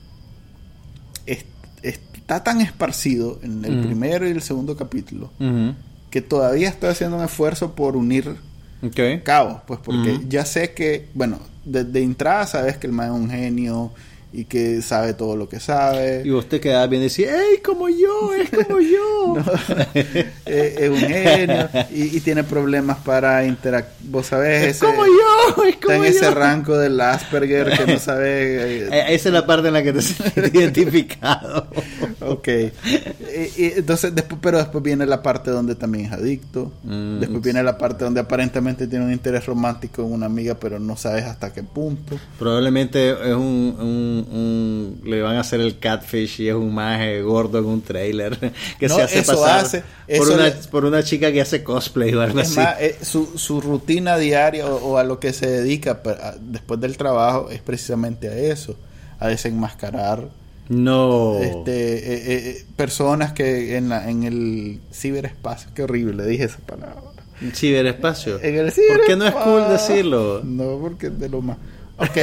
Es, está tan esparcido en el uh-huh. primero y el segundo capítulo uh-huh. que todavía estoy haciendo un esfuerzo por unir okay. cabos, pues porque uh-huh. ya sé que, bueno, de, de entrada sabes que el man es un genio y que sabe todo lo que sabe. Y vos te quedás bien y decís, ¡ey, como yo! ¡Es como yo! No, es, es un genio y, y tiene problemas para interactuar. Vos sabés, ¡es ese, como yo! ¡Es como está en yo! Ese rango del Asperger que no sabe. Eh, Esa es la parte en la que te sientes identificado. Ok. Y, y entonces, después, pero después viene la parte donde también es adicto. Mm. Después viene la parte donde aparentemente tiene un interés romántico en una amiga, pero no sabes hasta qué punto. Probablemente es un... un Un, le van a hacer el catfish y es un maje gordo en un trailer que no, se hace eso pasar hace, por, eso una, le... por una chica que hace cosplay o algo es así. Más, eh, su, su rutina diaria o, o a lo que se dedica a, después del trabajo es precisamente a eso, a desenmascarar no este eh, eh, personas que en, la, en el ciberespacio, qué horrible dije esa palabra, ciberespacio, en el ciberespacio. ¿Por qué no es cool decirlo? No, porque es de lo más. Ok,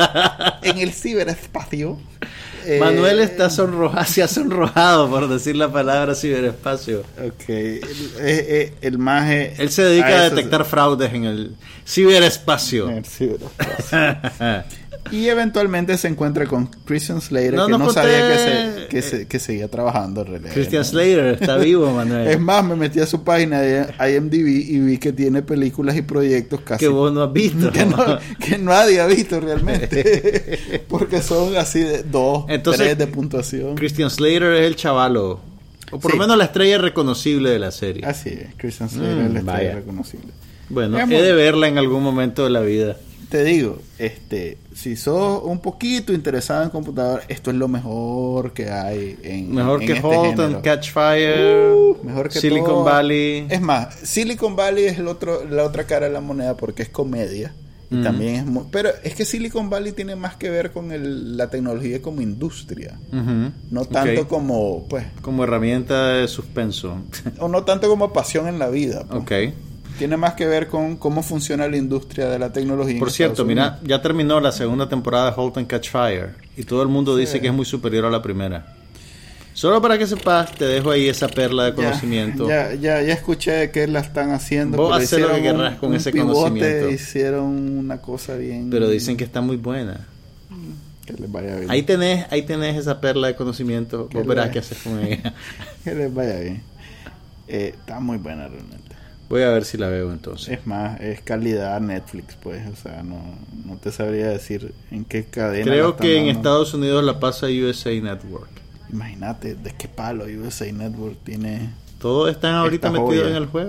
en el ciberespacio. Eh, Manuel está sonrojado, se ha sonrojado por decir la palabra ciberespacio. Ok, el, el, el maje. Él se dedica a, a detectar se... fraudes en el ciberespacio. En el ciberespacio. Y eventualmente se encuentra con Christian Slater, no, que no, no sabía que, se, que, se, que seguía trabajando en realidad. Christian Slater está vivo, Manuel. Es más, me metí a su página de I M D B y vi que tiene películas y proyectos casi... Que vos no has visto. Que, no, que nadie ha visto realmente. Porque son así de dos, Entonces, tres de puntuación. Christian Slater es el chavalo. O por sí. lo menos la estrella reconocible de la serie. Así es, Christian Slater mm, es la estrella vaya. reconocible. Bueno, es he muy... de verla en algún momento de la vida. Te digo, este, si sos un poquito interesado en computador, esto es lo mejor que hay en mejor en que este Halt and Catch Fire, uh, mejor que Silicon todo. Valley. Es más, Silicon Valley es el otro, la otra cara de la moneda porque es comedia y mm. también es muy, pero es que Silicon Valley tiene más que ver con el, la tecnología como industria, uh-huh. no tanto okay. como, pues, como herramienta de suspenso, o no tanto como pasión en la vida. Pues. Okay. Tiene más que ver con cómo funciona la industria de la tecnología. Por cierto, mira, ya terminó la segunda temporada de Halt and Catch Fire y todo el mundo sí. dice que es muy superior a la primera. Solo para que sepas, te dejo ahí esa perla de conocimiento. Ya, ya, ya escuché que la están haciendo. Vos haces lo que querrás con un ese pivote, conocimiento. Hicieron una cosa bien. Pero dicen que está muy buena. Que les vaya bien. Ahí tenés, ahí tenés esa perla de conocimiento. Vos verás qué haces con ella. Que les vaya bien. Eh, está muy buena realmente. Voy a ver si la veo entonces. Es más, es calidad Netflix, pues. O sea, no, no te sabría decir en qué cadena. Creo que en Estados Unidos la pasa U S A Network. Imagínate de qué palo U S A Network tiene. Todos están ahorita metidos en el juego.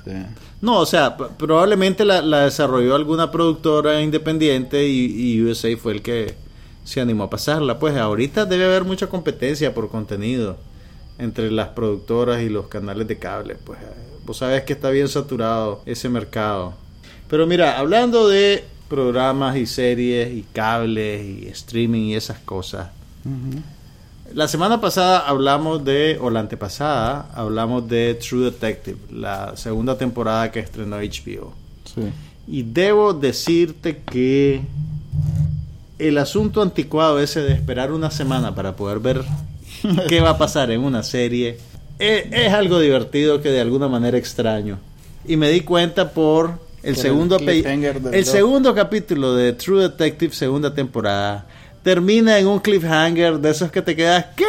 Sí. No, o sea, p- probablemente la, la desarrolló alguna productora independiente y, y U S A fue el que se animó a pasarla. Pues ahorita debe haber mucha competencia por contenido entre las productoras y los canales de cable. Pues vos sabés que está bien saturado ese mercado. Pero mira, hablando de programas y series y cables y streaming y esas cosas. Uh-huh. La semana pasada hablamos de, o la antepasada, hablamos de True Detective, la segunda temporada que estrenó H B O. Sí. Y debo decirte que el asunto anticuado ese de esperar una semana para poder ver qué va a pasar en una serie es, es algo divertido que de alguna manera extraño. Y me di cuenta por el, por segundo, el, pe- el segundo capítulo de True Detective, segunda temporada. Termina en un cliffhanger de esos que te quedas, ¿qué?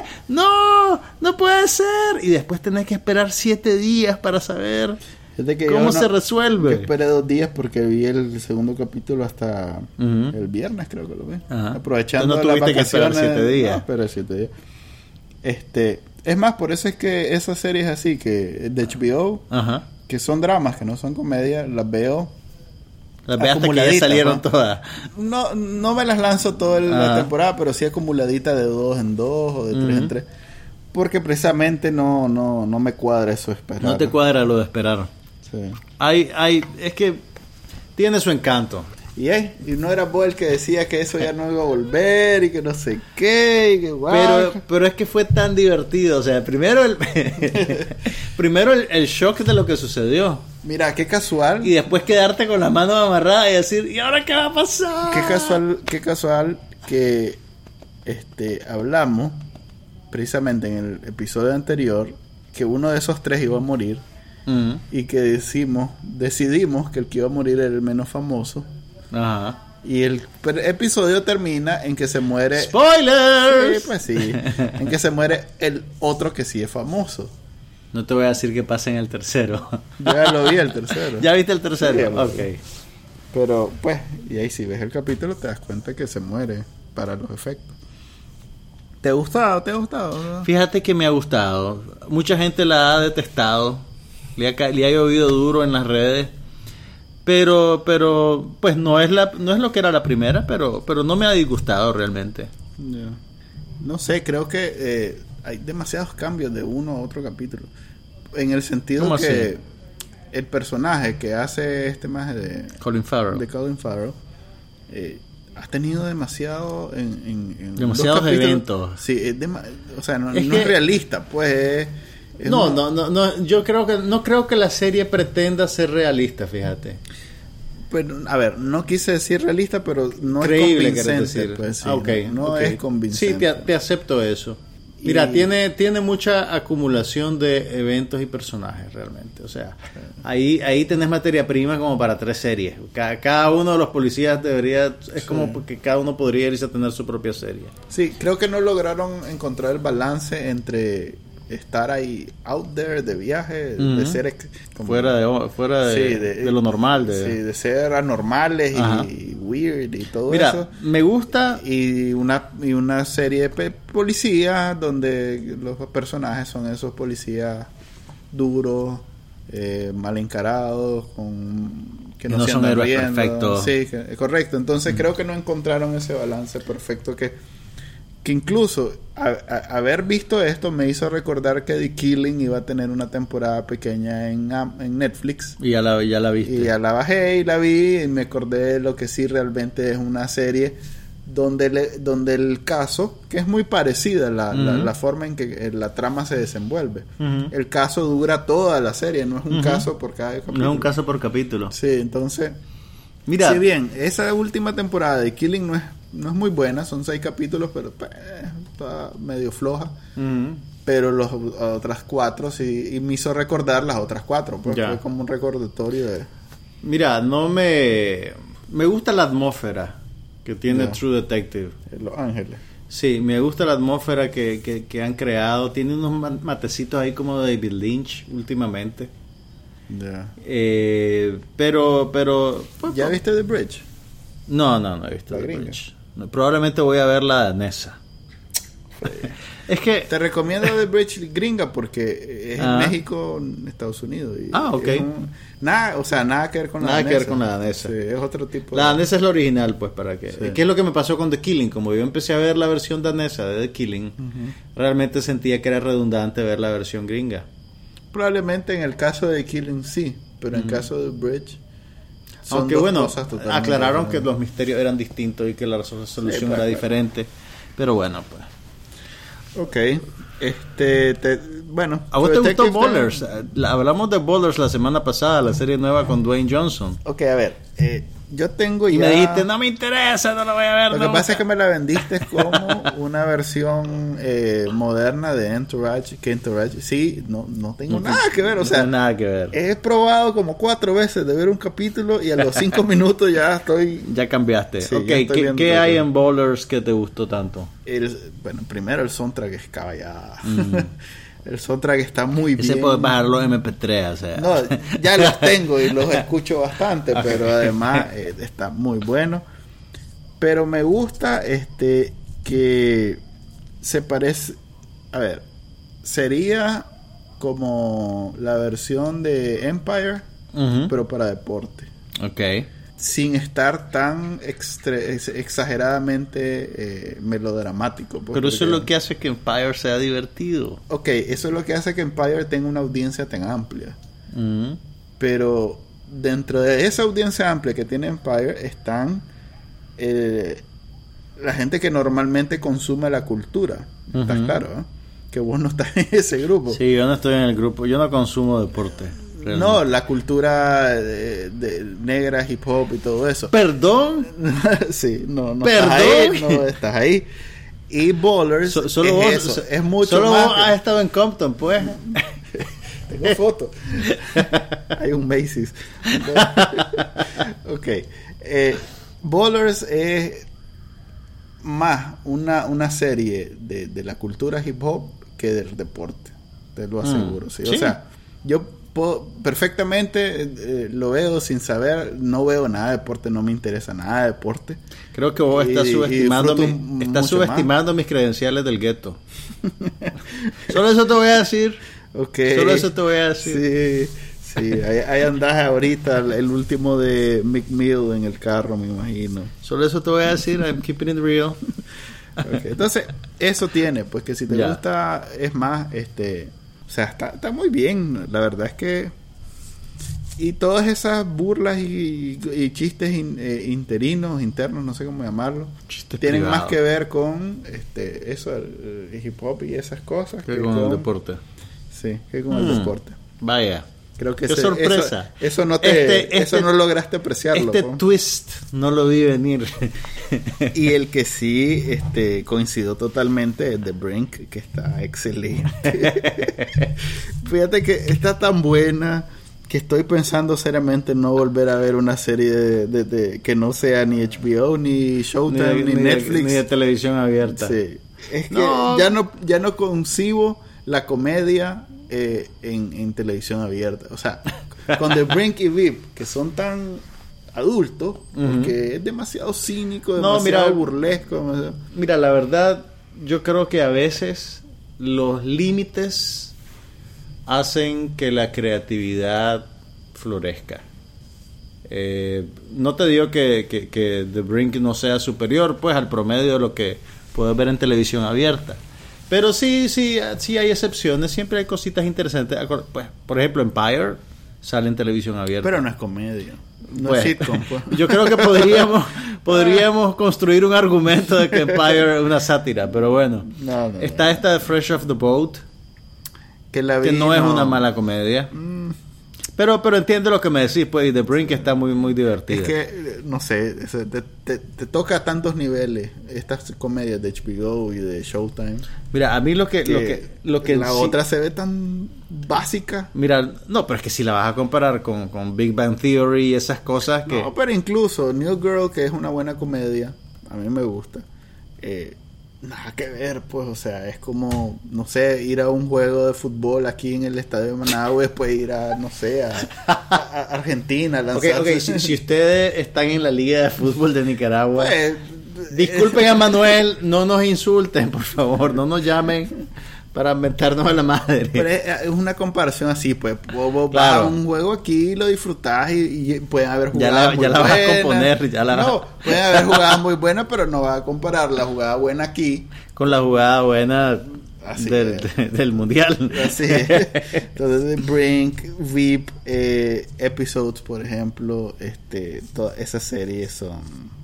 No, no puede ser. Y después tenés que esperar siete días para saber que cómo no, se resuelve. Yo esperé dos días porque vi el segundo capítulo hasta uh-huh. el viernes, creo que lo vi. Uh-huh. Aprovechando no las vacaciones. Que esperar siete días. No, esperé siete días. Este, es más, por eso es que esas series así, que de H B O, uh-huh. que son dramas, que no son comedias, las veo... Las veas hasta que ya salieron, ¿no? Todas. No, no me las lanzo toda la ah. temporada, pero sí acumuladita de dos en dos o de tres uh-huh. en tres. Porque precisamente no, no, no me cuadra eso de esperar. No te cuadra lo de esperar. Sí. Hay, hay, es que tiene su encanto. Y, eh, y no era vos el que decía que eso ya no iba a volver y que no sé qué. Y que, wow. pero, pero es que fue tan divertido. O sea, primero el, primero el, el shock de lo que sucedió. Mira, qué casual. Y después quedarte con las manos amarradas y decir, ¿y ahora qué va a pasar? Qué casual, qué casual que este hablamos precisamente en el episodio anterior que uno de esos tres iba a morir uh-huh. y que decimos, decidimos que el que iba a morir era el menos famoso. Ajá. Y el episodio termina en que se muere... ¡Spoilers! Sí, pues sí. En que se muere el otro que sí es famoso. No te voy a decir qué pasa en el tercero. Ya lo vi el tercero. ¿Ya viste el tercero? Sí, ok. Pero, pues, y ahí si ves el capítulo te das cuenta que se muere para los efectos. ¿Te ha gustado? ¿Te ha gustado? ¿No? Fíjate que me ha gustado. Mucha gente la ha detestado. Le ha, le ha llovido duro en las redes. Pero, pero, pues no es la, no es lo que era la primera, pero, pero no me ha disgustado realmente. Yeah. No sé, creo que eh, hay demasiados cambios de uno a otro capítulo. En el sentido que así? El personaje que hace este más de Colin Farrell, de Colin Farrell eh, ha tenido demasiado en, en, en demasiados eventos. Sí, es dema- o sea, no es, no que, es realista, pues. Es, es no, una... no, no, no, yo creo que no creo que la serie pretenda ser realista, fíjate. Pues, a ver, no quise decir realista, pero no creíble, es convincente. Decir. Pues, sí, ah, okay, no okay. es convincente. Sí, te, te acepto eso. Mira, y... tiene tiene mucha acumulación de eventos y personajes realmente. O sea, sí. ahí ahí tenés materia prima como para tres series. Cada, cada uno de los policías debería... Es sí. como que cada uno podría irse a tener su propia serie. Sí, creo que no lograron encontrar el balance entre... estar ahí out there de viaje, uh-huh. de ser ex, como, fuera de fuera de, sí, de, de lo normal, de, sí, de ser anormales y, y weird y todo Mira, eso. Me gusta y una y una serie de pe- policías donde los personajes son esos policías duros, eh, mal encarados, con que no, no se son héroes riendo. perfectos. Sí, que, correcto. Entonces uh-huh. creo que no encontraron ese balance perfecto que que incluso a, a, haber visto esto me hizo recordar que The Killing iba a tener una temporada pequeña en, en Netflix. Y ya la, ya la viste. Y ya la bajé y la vi y me acordé de lo que sí realmente es una serie donde, le, donde el caso, que es muy parecida la, uh-huh. la, la forma en que la trama se desenvuelve. Uh-huh. El caso dura toda la serie, no es un uh-huh. caso por cada capítulo. No es un caso por capítulo. Sí, entonces... Mira. Si bien, esa última temporada de Killing no es no es muy buena, son seis capítulos, pero pues, está medio floja. Uh-huh. Pero las otras cuatro sí, y me hizo recordar las otras cuatro, porque ya. Fue como un recordatorio de... Mira, no me... Me gusta la atmósfera que tiene yeah. True Detective. En Los Ángeles. Sí, me gusta la atmósfera que, que, que han creado. Tiene unos matecitos ahí como de David Lynch últimamente. Yeah. Eh, pero, pero... Pues, ¿Ya viste The Bridge? No, no, no he visto The Bridge. Probablemente voy a ver la danesa. Es que... Te recomiendo The Bridge gringa porque es ah. en México, en Estados Unidos. Y ah, ok. Un, nada, o sea, nada que ver con la nada danesa. Nada que ver con la danesa. Sí, es otro tipo. La de... danesa es la original, pues, para que... Sí. ¿Qué es lo que me pasó con The Killing? Como yo empecé a ver la versión danesa de The Killing, uh-huh. realmente sentía que era redundante ver la versión gringa. Probablemente en el caso de The Killing sí, pero en el uh-huh. caso de The Bridge... Son Aunque bueno, aclararon que los misterios eran distintos y que la solución sí, pues, era diferente. Pero bueno, pues. Ok. Este, te, bueno. ¿A vos te gustó Ballers? Está... Hablamos de Ballers la semana pasada, la serie nueva con Dwayne Johnson. Ok, a ver. Eh, yo tengo ya... Y me dijiste, no me interesa, no lo voy a ver. Lo no que pasa es que me la vendiste como una versión eh, moderna de Entourage. Que Entourage, sí, no, no tengo no, nada que ver. O sea, no nada que ver. He probado como cuatro veces de ver un capítulo y a los cinco minutos ya estoy... Ya cambiaste. Sí, ok, ya ¿qué, ¿qué hay en Ballers que te gustó tanto? El, bueno, primero el soundtrack es caballada. Mm. El soundtrack está muy bien. Ese puede bajar los eme pe tres, o sea. No, ya los tengo y los escucho bastante, okay. Pero además eh, está muy bueno. Pero me gusta este que se parece, a ver, sería como la versión de Empire, uh-huh. pero para deporte. Okay. Sin estar tan extre- ex- exageradamente eh, melodramático. Pues, pero eso es lo que hace que Empire sea divertido. Ok, eso es lo que hace que Empire tenga una audiencia tan amplia. Uh-huh. Pero dentro de esa audiencia amplia que tiene Empire están eh, la gente que normalmente consume la cultura. Uh-huh. ¿Estás claro? ¿Eh? Que vos no estás en ese grupo. Sí, yo no estoy en el grupo. Yo no consumo deporte. Realmente. No, la cultura de, de negra, hip hop y todo eso. ¿Perdón? Sí, no, no ¿Perdón? estás ahí, no estás ahí. Y Ballers so, solo es vos, eso, so, es mucho solo más. Solo vos has estado en Compton, pues. Tengo fotos. Hay un Macy's. Ok. Eh, Ballers es más una, una serie de, de la cultura hip hop que del deporte. Te lo aseguro. Mm, ¿sí? ¿sí? O sea, yo puedo, perfectamente eh, lo veo sin saber, no veo nada de deporte, no me interesa nada de deporte. Creo que vos estás y, subestimando, y mi, estás subestimando mis credenciales del gueto. Solo eso te voy a decir. Okay. Solo eso te voy a decir. Sí, sí, ahí, ahí andás ahorita, el último de McMill en el carro, me imagino. Solo eso te voy a decir, I'm keeping it real. Okay. Entonces, eso tiene, pues que si te yeah. gusta, es más, este... O sea, está, está muy bien. La verdad es que... Y todas esas burlas y, y chistes in, eh, interinos, internos, no sé cómo llamarlo, chistes tienen privados. Más que ver con este eso, el, el hip hop y esas cosas. Que, que con, con el deporte. Sí, que con mm, el deporte. Vaya. Creo que qué ese, sorpresa. Eso, eso no te, este, eso este, no lograste apreciarlo. Este ¿no? twist no lo vi venir. Y el que sí este, coincidió totalmente es The Brink, que está excelente. Fíjate que está tan buena que estoy pensando seriamente no volver a ver una serie de, de, de que no sea ni H B O, ni Showtime, ni, ni, ni Netflix. De, ni de televisión abierta. Sí. Es que no. ya no ya no concibo la comedia eh, en, en televisión abierta. O sea, con The Brink y V I P, que son tan adultos, uh-huh. porque es demasiado cínico, demasiado no, mira, burlesco. Demasiado... Mira, la verdad, yo creo que a veces los límites hacen que la creatividad florezca. Eh, no te digo que, que, que The Brink no sea superior pues al promedio de lo que puedes ver en televisión abierta, pero sí, sí, sí hay excepciones, siempre hay cositas interesantes. Pues, por ejemplo, Empire sale en televisión abierta. Pero no es comedia, no pues, es sitcom. Pues. Yo creo que podríamos podríamos construir un argumento de que Empire es una sátira, pero bueno. No, no, está no. esta de Fresh Off the Boat, que, la vi, que no, no es una mala comedia. Mm. Pero pero entiendo lo que me decís, pues, y The Brink está muy muy divertida. Es que, no sé, te, te, te toca a tantos niveles estas comedias de H B O y de Showtime. Mira, a mí lo que... que lo que, lo que la sí, otra se ve tan básica. Mira, no, pero es que si la vas a comparar con, con Big Bang Theory y esas cosas que... No, pero incluso New Girl, que es una buena comedia, a mí me gusta. Eh... Nada que ver, pues, o sea, es como, no sé, ir a un juego de fútbol aquí en el estadio de Managua, después ir a, no sé, a, a, a Argentina, a lanzarse. Ok, ok, si, si ustedes están en la Liga de Fútbol de Nicaragua, pues, disculpen a Manuel, no nos insulten, por favor, no nos llamen. Para mentarnos a la madre. Pero es, es una comparación así, pues. Vos, vos claro. vas a un juego aquí, lo disfrutás y, y pueden haber jugadas ya la, muy ya la buenas. vas a componer. Ya la no, pueden haber jugadas muy buenas, pero no vas a comparar la jugada buena aquí con la jugada buena así del, de, del mundial. Así es. Entonces, Brink, V I P, eh, Episodes, por ejemplo, este, todas esas series son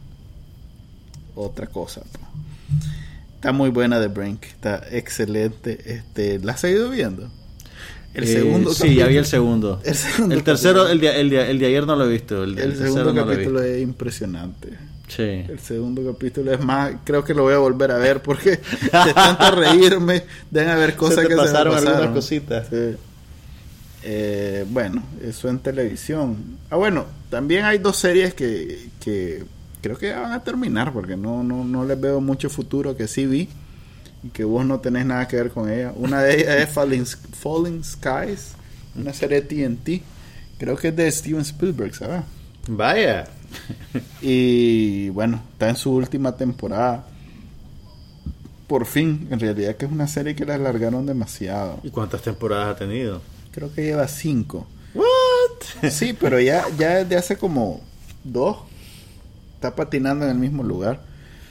otra cosa, pues. Está muy buena The Brink, está excelente. Este, ¿la has seguido viendo? El eh, segundo sí, ya vi el segundo. El, segundo el tercero, el de, el, de, el de ayer no lo he visto. El, el, el segundo capítulo no es impresionante. Sí. El segundo capítulo es más, creo que lo voy a volver a ver porque de tanto reírme, deben haber cosas se te que pasaron, se me pasaron. Algunas cositas. Sí. Eh, bueno, eso en televisión. Ah, bueno, también hay dos series que, que creo que ya van a terminar porque no, no, no les veo mucho futuro, que sí vi y que vos no tenés nada que ver con ella. Una de ellas es Falling, Falling Skies, una serie de T N T, creo que es de Steven Spielberg, ¿sabes? Vaya. Y bueno, está en su última temporada. Por fin, en realidad que es una serie que la alargaron demasiado. ¿Y cuántas temporadas ha tenido? Creo que lleva cinco. ¿What? Sí, pero ya, ya desde hace como dos está patinando en el mismo lugar.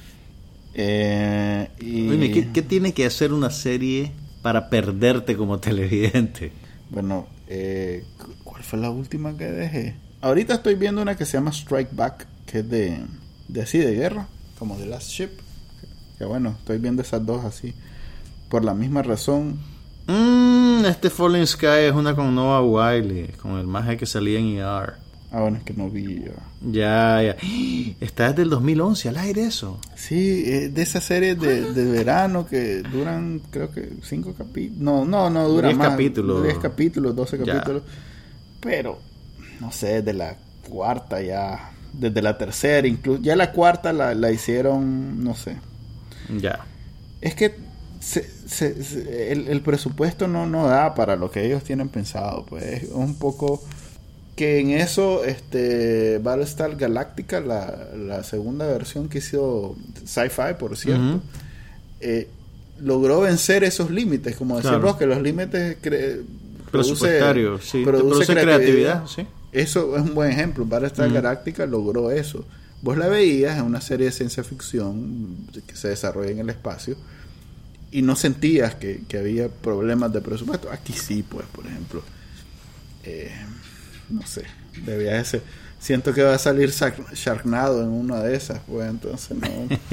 Eh, y... Oye, ¿qué, ¿qué tiene que hacer una serie para perderte como televidente? Bueno, eh, ¿cuál fue la última que dejé? Ahorita estoy viendo una que se llama Strike Back, que es de, de así de guerra, como The Last Ship. Que bueno, estoy viendo esas dos así. Por la misma razón. Mm, este Falling Sky es una con Noah Wiley, con el maje que salía en E R. Ah, bueno, es que no vi yo. Ya, ya. Está desde el dos mil once al aire eso. Sí, eh, de esas series de, de verano que duran, creo que cinco capítulos. No, no, no duran más. Diez capítulos. Diez capítulos, doce Ya. capítulos. Pero, no sé, de la cuarta ya, desde la tercera, incluso, ya la cuarta la, la hicieron, no sé. Ya. Es que se, se, se, el, el presupuesto no, no da para lo que ellos tienen pensado, pues es un poco que en eso este Battlestar Galactica, la, la segunda versión que hizo Sci-Fi, por cierto, uh-huh. eh, logró vencer esos límites, como decir claro. vos, que los límites cre- presupuestarios, sí, produce, produce creatividad, creatividad. Sí. Eso es un buen ejemplo. Battlestar uh-huh. Galactica logró eso. Vos la veías en una serie de ciencia ficción que se desarrolla en el espacio y no sentías que, que había problemas de presupuesto. Aquí sí, pues, por ejemplo. Eh, no sé, debía ese. Siento que va a salir Sharknado en una de esas, pues, entonces no.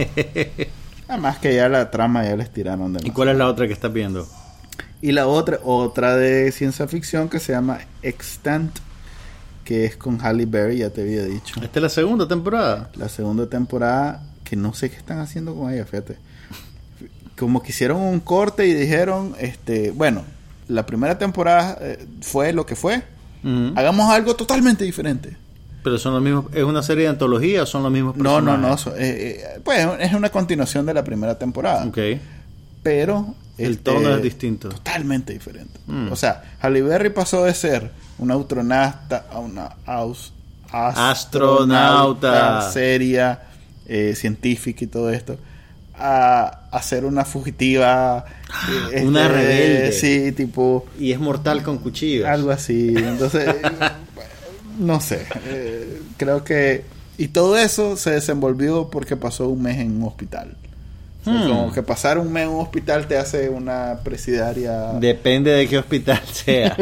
Además que ya la trama ya les tiraron de. ¿Y cuál es la otra que estás viendo? Y la otra, otra de ciencia ficción que se llama Extant, que es con Halle Berry, ya te había dicho. Esta es la segunda temporada. La segunda temporada, que no sé qué están haciendo con ella, fíjate. Como que hicieron un corte y dijeron, este, bueno, la primera temporada eh, fue lo que fue. Uh-huh. Hagamos algo totalmente diferente. Pero son los mismos, ¿es una serie de antología o son los mismos personajes? No, no, no. So, eh, eh, pues es una continuación de la primera temporada. Ok. Pero el este, tono es distinto. Totalmente diferente. Mm. O sea, Halle Berry pasó de ser una astronauta a una aus, astronauta, astronauta seria, eh, científica y todo esto, a, a ser una fugitiva, eh, una este, rebelde. Sí, tipo. Y es mortal con cuchillos. Algo así. Entonces, no sé. Eh, creo que. Y todo eso se desenvolvió porque pasó un mes en un hospital. O sea, hmm. Como que pasar un mes en un hospital te hace una presidiaria. Depende de qué hospital sea.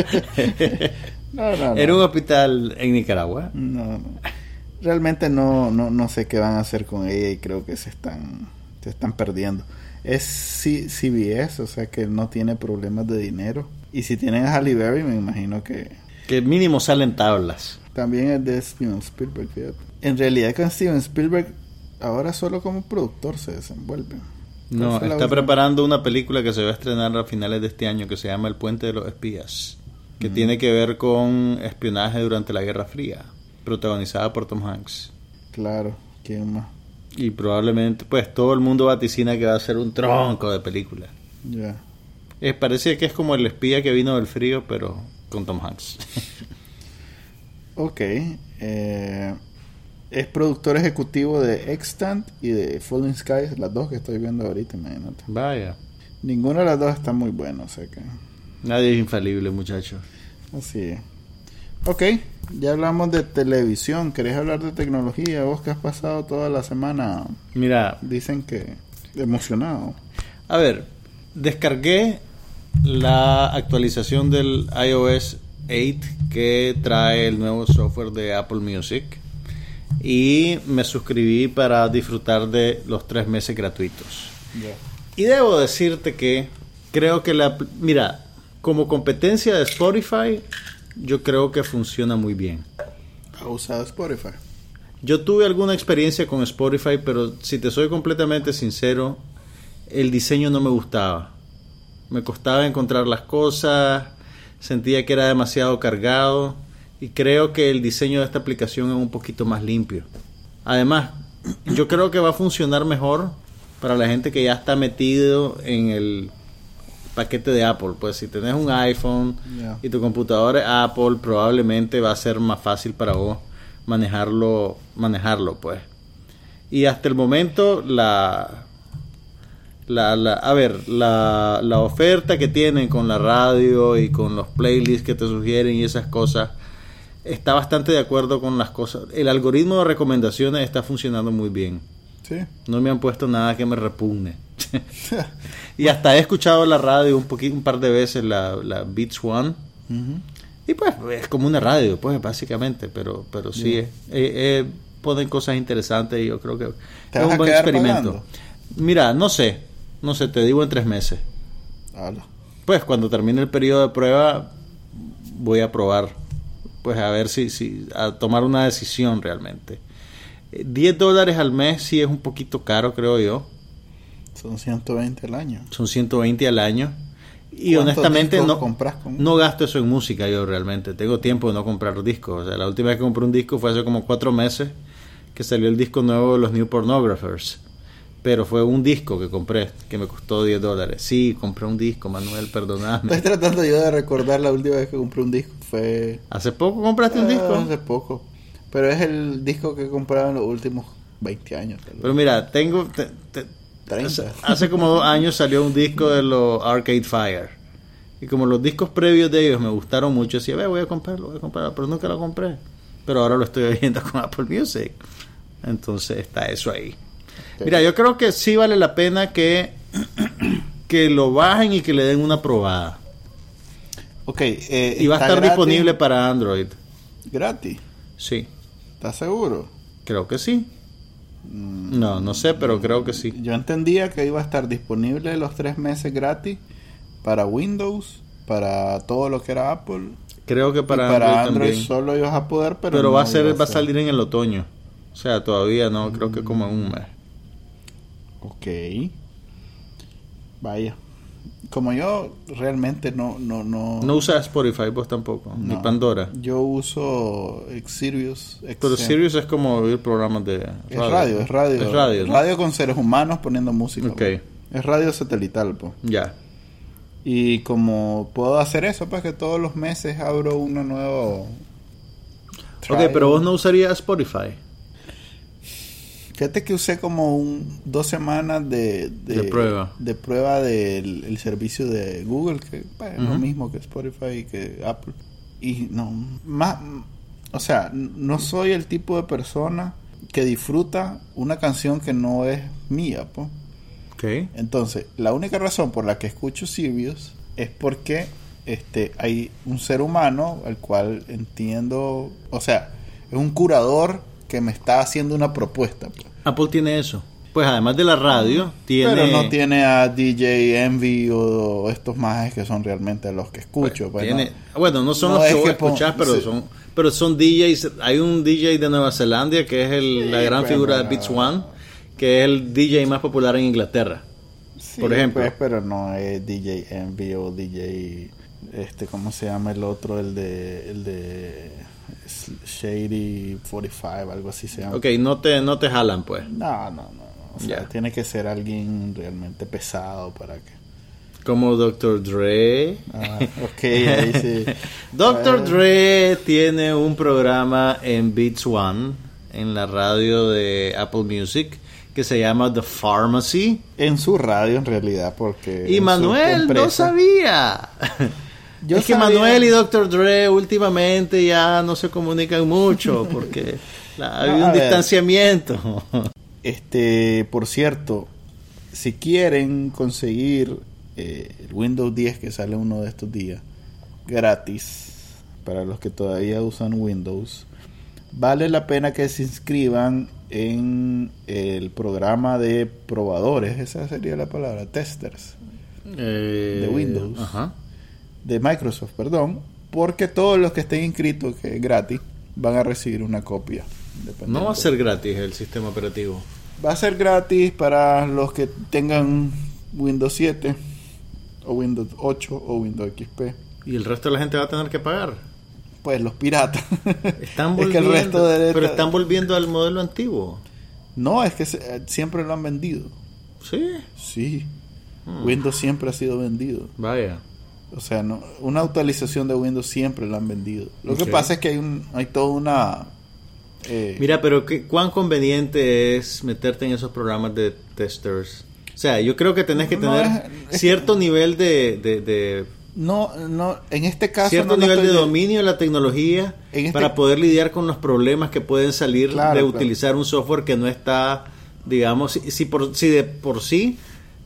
no, no, no. ¿Era un hospital en Nicaragua? No, no. Realmente no, no, no sé qué van a hacer con ella y creo que se están, se están perdiendo. Es C- CBS, o sea que no tiene problemas de dinero. Y si tienen a Halle Berry, me imagino que... Que mínimo salen tablas. También es de Steven Spielberg, fíjate. En realidad con Steven Spielberg ahora solo como productor se desenvuelve. No, está última? preparando una película que se va a estrenar a finales de este año que se llama El Puente de los Espías, que mm. tiene que ver con espionaje durante la Guerra Fría, protagonizada por Tom Hanks. Claro, ¿quién más? Y probablemente, pues, todo el mundo vaticina que va a ser un tronco de película. Ya. Yeah. Eh, parece que es como El espía que vino del frío, pero con Tom Hanks. Ok. Eh... Es productor ejecutivo de Extant y de Falling Skies, las dos que estoy viendo ahorita, imagínate. Vaya. Ninguna de las dos está muy buena, o sea que... Nadie es infalible, muchachos. Así es. Ok, ya hablamos de televisión. ¿Querés hablar de tecnología? Vos que has pasado toda la semana... Mira... Dicen que... Emocionado. A ver, descargué la actualización del iOS ocho que trae el nuevo software de Apple Music y me suscribí para disfrutar de los tres meses gratuitos. Yeah. Y debo decirte que creo que la... Mira, como competencia de Spotify, yo creo que funciona muy bien. ¿Has usado Spotify? Yo tuve alguna experiencia con Spotify, pero si te soy completamente sincero, el diseño no me gustaba. Me costaba encontrar las cosas, sentía que era demasiado cargado y creo que el diseño de esta aplicación es un poquito más limpio. Además, yo creo que va a funcionar mejor para la gente que ya está metido en el paquete de Apple. Pues si tenés un iPhone yeah. y tu computadora es Apple, probablemente va a ser más fácil para vos manejarlo, manejarlo pues. Y hasta el momento la la, la a ver, la, la oferta que tienen con la radio y con los playlists que te sugieren y esas cosas está bastante de acuerdo con las cosas. El algoritmo de recomendaciones está funcionando muy bien. Sí. No me han puesto nada que me repugne. Y hasta he escuchado la radio un poquito, un par de veces, la, la Beats One. Uh-huh. Y pues es como una radio, pues básicamente, pero pero sí, yeah. eh, eh, ponen cosas interesantes y yo creo que es un buen experimento. Pagando? Mira, no sé, no sé, te digo en tres meses. Hola. Pues cuando termine el periodo de prueba voy a probar, pues a ver si, si a tomar una decisión realmente. diez dólares al mes sí es un poquito caro, creo yo. Son ciento veinte al año. Son ciento veinte al año. Y honestamente no, compras con no gasto eso en música yo realmente. Tengo tiempo de no comprar discos. O sea, la última vez que compré un disco fue hace como cuatro meses que salió el disco nuevo de los New Pornographers. Pero fue un disco que compré que me costó diez dólares. Sí, compré un disco, Manuel, perdóname. Estoy tratando yo de recordar la última vez que compré un disco. Fue... ¿Hace poco compraste un disco? Hace poco. Pero es el disco que he comprado en los últimos veinte años. Pero mira, tengo... Te, te, hace, hace como dos años salió un disco de los Arcade Fire. Y como los discos previos de ellos me gustaron mucho, decía, ve, voy a comprarlo, voy a comprarlo. Pero nunca lo compré. Pero ahora lo estoy oyendo con Apple Music. Entonces está eso ahí. Okay. Mira, yo creo que sí vale la pena que, que lo bajen y que le den una probada. Ok. Eh, y va a estar gratis, disponible para Android. ¿Gratis? Sí. ¿Estás seguro? Creo que sí. Mm, no, no sé, pero creo que sí. Yo entendía que iba a estar disponible los tres meses gratis para Windows, para todo lo que era Apple. Creo que para, para Android, Android también. Solo ibas a poder, pero, pero no va a ser, a va a salir en el otoño. O sea, todavía no, creo que como en un mes. Ok. Vaya. Como yo realmente no no no no usas Spotify vos tampoco, no, ni Pandora. Yo uso Sirius. Pero Sirius es como oír programas de radio. Es radio, es radio. Es radio, ¿no? Radio con seres humanos poniendo música. Okay. Po. Es radio satelital, pues. Ya. Y como puedo hacer eso, pues que todos los meses abro uno nuevo. Ok, pero vos no usarías Spotify. Fíjate que usé como un, dos semanas de, de, de prueba de prueba del el servicio de Google, que bueno, es uh-huh. lo mismo que Spotify y que Apple. Y no, más, o sea, no soy el tipo de persona que disfruta una canción que no es mía, pues. Okay. Entonces, la única razón por la que escucho Sirius es porque este hay un ser humano al cual entiendo, o sea, es un curador que me está haciendo una propuesta. Pues. Apple tiene eso. Pues además de la radio, tiene... Pero no tiene a D J Envy o estos majes que son realmente los que escucho. Pues, tiene... no. Bueno, no son no los que voy a escuchar, pero, sí. son, pero son D Js. Hay un D J de Nueva Zelanda que es el, sí, la gran pues, figura de Beats One, que es el D J más popular en Inglaterra. Sí, por ejemplo. Pues, pero no es D J Envy o D J... este ¿Cómo se llama el otro? El de... El de Shady cuarenta y cinco, algo así se llama. Ok, no te, no te jalan pues. No, no, no. O sea, yeah. tiene que ser alguien realmente pesado para que... Como doctor Dre. Ah, ok, ahí sí. doctor Uh, Dre tiene un programa en Beats One en la radio de Apple Music que se llama The Pharmacy. En su radio, en realidad, porque... Y Manuel no sabía. Yo es sabía. Que Manuel y doctor Dre últimamente ya no se comunican mucho porque la, hay no, un distanciamiento. Este, por cierto, si quieren conseguir eh, el Windows diez que sale uno de estos días, gratis, para los que todavía usan Windows, vale la pena que se inscriban en el programa de probadores, esa sería la palabra, testers, eh, de Windows, ajá. de Microsoft, perdón, porque todos los que estén inscritos, que es gratis, van a recibir una copia. No va a ser gratis el sistema operativo. Va a ser gratis para los que tengan Windows siete, o Windows ocho, o Windows X P. ¿Y el resto de la gente va a tener que pagar? Pues los piratas. Están volviendo, es que el resto de esta... pero están volviendo al modelo antiguo. No, es que se, siempre lo han vendido. ¿Sí? Sí. Hmm. Windows siempre ha sido vendido. Vaya. O sea, no, una actualización de Windows siempre la han vendido. Lo okay. que pasa es que hay un, hay toda una... Eh... Mira, pero ¿qué, ¿cuán conveniente es meterte en esos programas de testers? O sea, yo creo que tenés que no, tener es, cierto es... nivel de... de, de No, no, en este caso... Cierto no nivel de dominio de la tecnología este... para poder lidiar con los problemas que pueden salir claro, de utilizar claro. un software que no está, digamos, si, si, por, si de por sí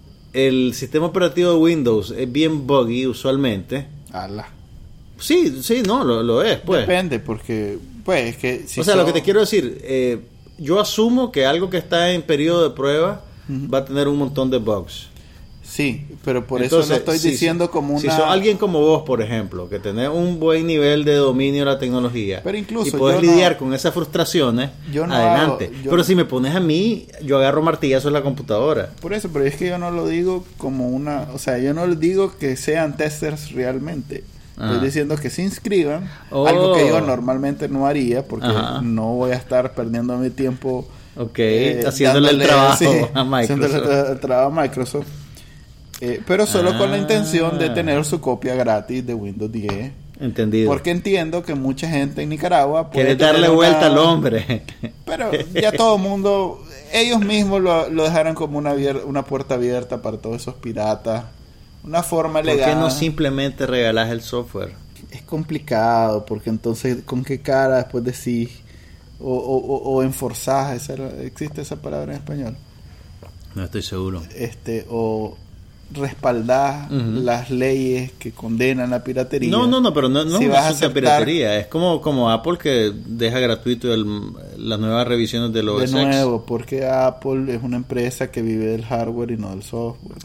el sistema operativo de Windows es bien buggy usualmente. Ala. Sí, sí, no, lo, lo es, pues. Depende, porque, pues, es que... Si o sea, son... lo que te quiero decir, eh, yo asumo que algo que está en periodo de prueba uh-huh. va a tener un montón de bugs. Sí, pero por Entonces, eso no estoy si, diciendo como una... Si sos alguien como vos, por ejemplo, que tenés un buen nivel de dominio de la tecnología pero incluso y podés lidiar no, con esas frustraciones, yo no adelante. Hago, yo pero si me pones a mí, yo agarro martillazo en la computadora. Por eso, pero es que yo no lo digo como una... O sea, yo no digo que sean testers realmente. Ajá. Estoy diciendo que se inscriban, oh. algo que yo normalmente no haría, porque Ajá. no voy a estar perdiendo mi tiempo... Ok, eh, haciéndole dándole, el trabajo sí, a Microsoft. Haciéndole el trabajo a Microsoft. Eh, pero solo ah. con la intención de tener su copia gratis de Windows diez. Entendido. Porque entiendo que mucha gente en Nicaragua quiere darle vuelta una... al hombre. Pero ya todo el mundo, ellos mismos lo, lo dejaron como una, abier... una puerta abierta para todos esos piratas. Una forma legal. ¿Por qué no simplemente regalás el software? Es complicado, porque entonces, ¿con qué cara después decís? O, o, o, o enforzás, esa, ¿existe esa palabra en español? No estoy seguro. Este, o... respaldar uh-huh. las leyes que condenan la piratería. No, no, no, pero no, no si es una aceptar... piratería. Es como, como Apple que deja gratuito el, las nuevas revisiones del O S X. De nuevo, porque Apple es una empresa que vive del hardware y no del software.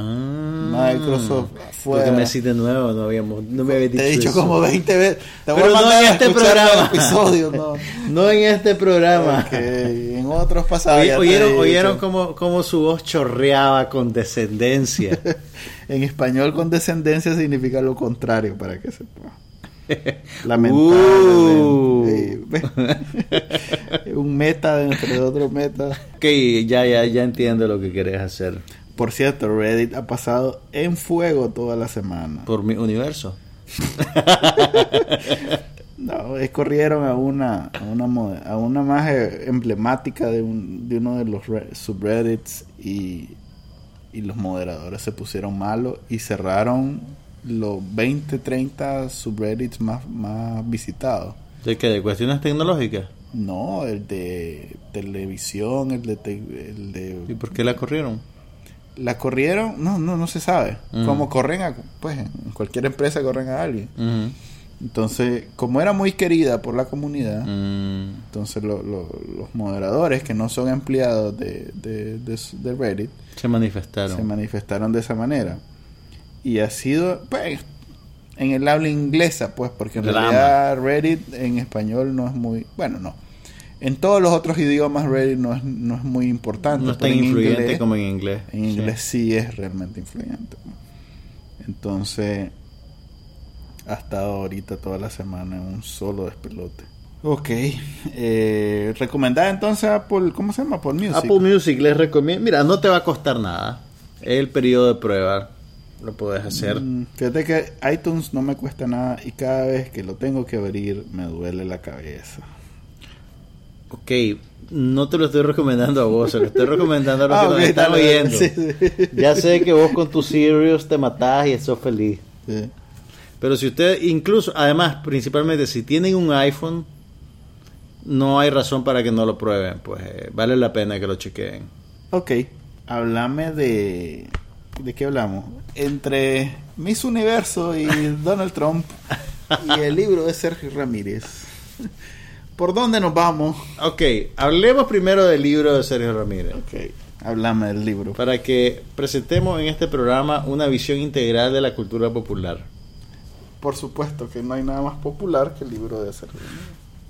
Ah, Microsoft fuera. Porque me decís de nuevo, no, habíamos, no me habías dicho Te he dicho eso. como veinte veces. Te pero no en este programa. Episodio, no. no en este programa. Okay. En otros pasados. Oye, oyeron oyeron cómo, cómo su voz chorreaba con descendencia. En español con descendencia significa lo contrario, para que sepa. Lamentable. Uh. Un meta dentro de otro meta. Ok, ya, ya, ya entiendo lo que querés hacer. Por cierto, Reddit ha pasado en fuego toda la semana. Por mi universo. No, es corrieron a una a una a una más emblemática de un de uno de los subreddits y y los moderadores se pusieron malos y cerraron los veinte, treinta subreddits más, más visitados. ¿De qué? ¿De cuestiones tecnológicas? No, el de televisión, el de... Te, el de ¿Y por qué la corrieron? La corrieron, no, no, no se sabe. Uh-huh. Como corren a... Pues en cualquier empresa corren a alguien. Uh-huh. Entonces, como era muy querida por la comunidad, uh-huh. entonces lo, lo, los moderadores que no son empleados de, de, de, de Reddit se manifestaron. Se manifestaron de esa manera. Y ha sido, pues, en el habla inglesa, pues, porque en Drama. realidad Reddit en español no es muy... Bueno, no. En todos los otros idiomas Reddit no es, no es muy importante. No es tan influyente inglés, como en inglés. En inglés sí. sí es realmente influyente. Entonces, ha estado ahorita toda la semana en un solo despelote. Ok. Eh, recomendada entonces Apple, ¿cómo se llama? Apple Music. Apple Music les recomiendo. Mira, no te va a costar nada. Es el periodo de prueba. Lo puedes hacer. Mm, fíjate que iTunes no me cuesta nada y cada vez que lo tengo que abrir me duele la cabeza. Ok, no te lo estoy recomendando a vos, se lo estoy recomendando a los ah, que okay, nos están dale, oyendo. sí, sí. Ya sé que vos con tu Sirius te matás y sos feliz. Sí. Pero si usted, incluso, además, principalmente si tienen un iPhone, no hay razón para que no lo prueben. Pues eh, vale la pena que lo chequeen. Ok, háblame de... ¿De qué hablamos? Entre Miss Universo y Donald Trump y el libro de Sergio Ramírez. ¿Por dónde nos vamos? Ok, hablemos primero del libro de Sergio Ramírez. Ok, háblame del libro. Para que presentemos en este programa una visión integral de la cultura popular. Por supuesto que no hay nada más popular que el libro de Sergio Ramírez.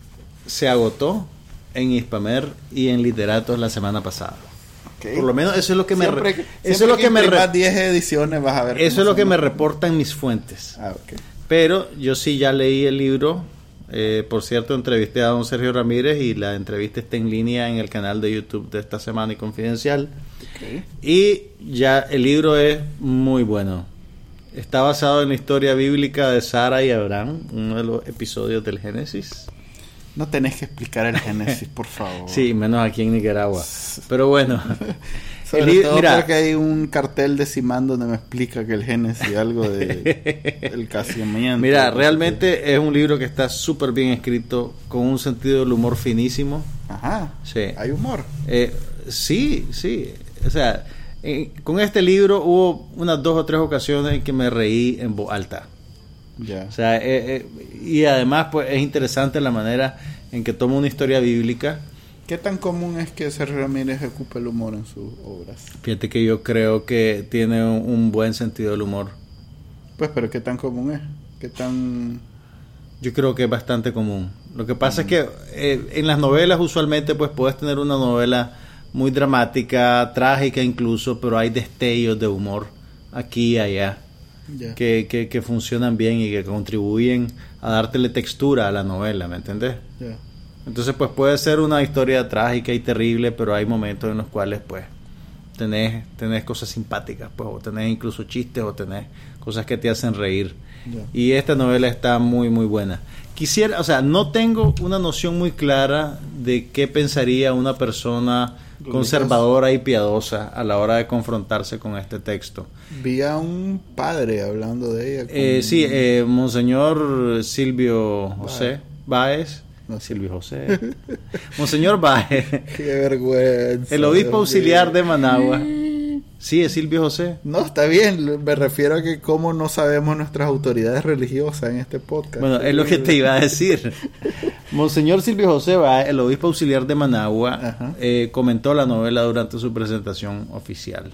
Se agotó en Hispamer y en Literatos la semana pasada. Okay. Por lo menos eso es lo que me siempre, re- siempre eso es lo que, que me re- diez ediciones vas a ver. Eso es lo que me reportan mis fuentes. Ah, okay. Pero yo sí ya leí el libro. Eh, por cierto, entrevisté a don Sergio Ramírez y la entrevista está en línea en el canal de YouTube de Esta Semana y Confidencial. Okay. Y ya el libro es muy bueno. Está basado en la historia bíblica de Sara y Abraham, uno de los episodios del Génesis. No tenés que explicar el Génesis, por favor. Sí, menos aquí en Nicaragua. Pero bueno. Sobre el, todo mira, porque hay un cartel de Simán donde me explica que el Génesis algo de el casamiento. Mira, realmente es un libro que está súper bien escrito, con un sentido del humor finísimo. Ajá. Sí. Hay humor. Eh, sí, sí. O sea, eh, con este libro hubo unas dos o tres ocasiones en que me reí en voz alta. Ya. O sea, eh, eh, y además pues es interesante la manera en que toma una historia bíblica. ¿Qué tan común es que Sergio Ramírez ocupe el humor en sus obras? Fíjate que yo creo que tiene un, un buen sentido del humor. Pues, pero ¿qué tan común es? ¿Qué tan...? Yo creo que es bastante común. Lo que pasa mm. es que eh, en las novelas usualmente pues puedes tener una novela muy dramática, trágica incluso, pero hay destellos de humor aquí y allá. Yeah. Que, que, que funcionan bien y que contribuyen a dártele textura a la novela, ¿me entendés? Yeah. Entonces pues puede ser una historia trágica y terrible, pero hay momentos en los cuales pues tenés, tenés cosas simpáticas, pues, o tenés incluso chistes, o tenés cosas que te hacen reír. Yeah. Y esta novela está muy muy buena. Quisiera, o sea, no tengo una noción muy clara de qué pensaría una persona conservadora y piadosa a la hora de confrontarse con este texto. Vi a un padre hablando de ella. Con... Eh, sí, eh, Monseñor Silvio José Báez. No, Silvio José. Monseñor Báez. Qué vergüenza. El obispo auxiliar de Managua. Sí, es Silvio José. No, está bien. Me refiero a que cómo no sabemos nuestras autoridades religiosas en este podcast. Bueno, es lo que te iba a decir. Monseñor Silvio José Báez, el obispo auxiliar de Managua, eh, comentó la novela durante su presentación oficial.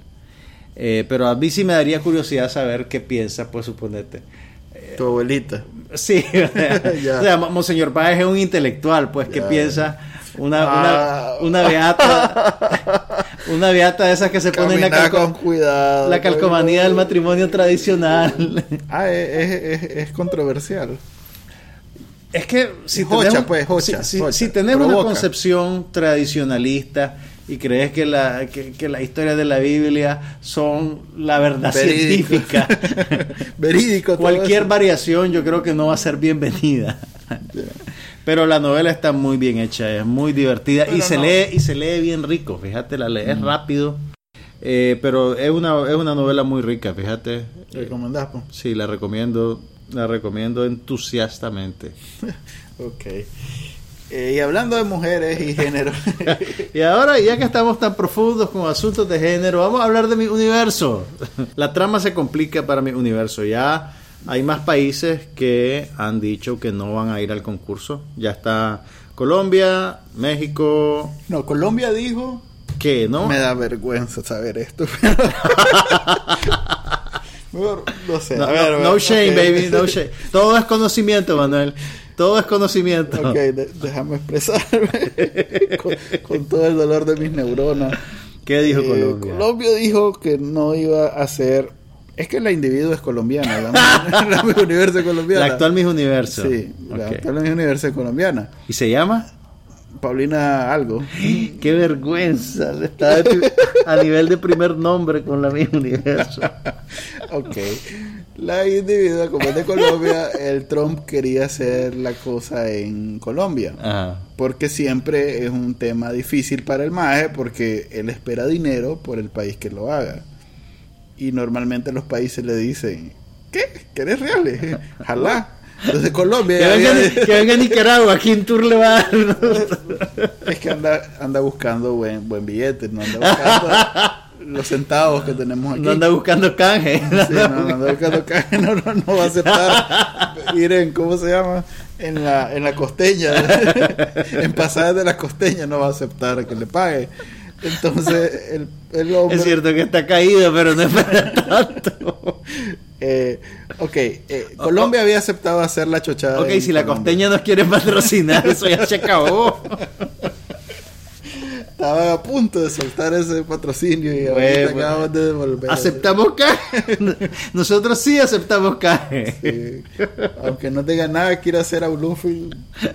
Eh, pero a mí sí me daría curiosidad saber qué piensa, pues suponete. Eh, tu abuelita. Sí. O sea, Monseñor Báez es un intelectual, pues, ¿qué piensa? Una, ah. una, una beata, una beata de esas que se pone en la, calco- con cuidado, la calcomanía del matrimonio tradicional. Ah, es, es, es controversial. Es que si hocha, tenemos, pues, hocha, si, si, hocha, si tenemos provoca. una concepción tradicionalista y crees que la que, que la historia de la Biblia son la verdad Verídico. científica, verídico, cualquier variación yo creo que no va a ser bienvenida. Yeah. Pero la novela está muy bien hecha, es muy divertida. Pero y se no. lee y se lee bien rico, fíjate, la lees mm. rápido. Eh, pero es una es una novela muy rica, fíjate. ¿Recomendás? Pues? Sí, la recomiendo, la recomiendo entusiastamente. Ok. Eh, y hablando de mujeres y género. Y ahora, ya que estamos tan profundos con asuntos de género, vamos a hablar de mi universo. La trama se complica para mi universo. Ya hay más países que han dicho que no van a ir al concurso. Ya está Colombia, México. No, Colombia dijo que no. Me da vergüenza saber esto. Mejor, no sé. No, a ver, no, no shame, okay. baby, no shame. Todo es conocimiento, Manuel. Todo es conocimiento. Ok, de- déjame expresarme con, con todo el dolor de mis neuronas. ¿Qué dijo Eh, Colombia? Colombia dijo que no iba a hacer. Es que la individuo es colombiana, la, la Miss Universo colombiana. La actual Miss Universo. Sí, la okay. actual Miss Universo colombiana. ¿Y se llama? Paulina algo. Qué vergüenza. Está a nivel de primer nombre con la misma universo. Ok. La individua, como es de Colombia, el Trump quería hacer la cosa en Colombia. Ajá. Porque siempre es un tema difícil para el maje, porque él espera dinero por el país que lo haga. Y normalmente los países le dicen, ¿qué? ¿Querés reales? Jalá. Entonces Colombia... Que venga, había... que venga a Nicaragua, ¿quién tour le va a dar? Es que anda, anda buscando buen, buen billete, no anda buscando los centavos que tenemos aquí. No anda buscando canje. Sí, no, no anda buscando canje, no, no, no va a aceptar ir en, ¿cómo se llama? En la, en la costeña, en pasajes de la costeña no va a aceptar que le pague. Entonces, el, el hombre... Es cierto que está caído, pero no es para tanto. Eh, ok, eh, Colombia oh, oh. había aceptado hacer la chochada. Ok, si la Colombia. Costeña nos quiere patrocinar, eso ya se acabó. Estaba a punto de soltar ese patrocinio y ahorita acabamos de devolver. ¿Aceptamos caje? Nosotros sí aceptamos caje. Sí. Aunque no tenga nada que ir a hacer a Bluefield.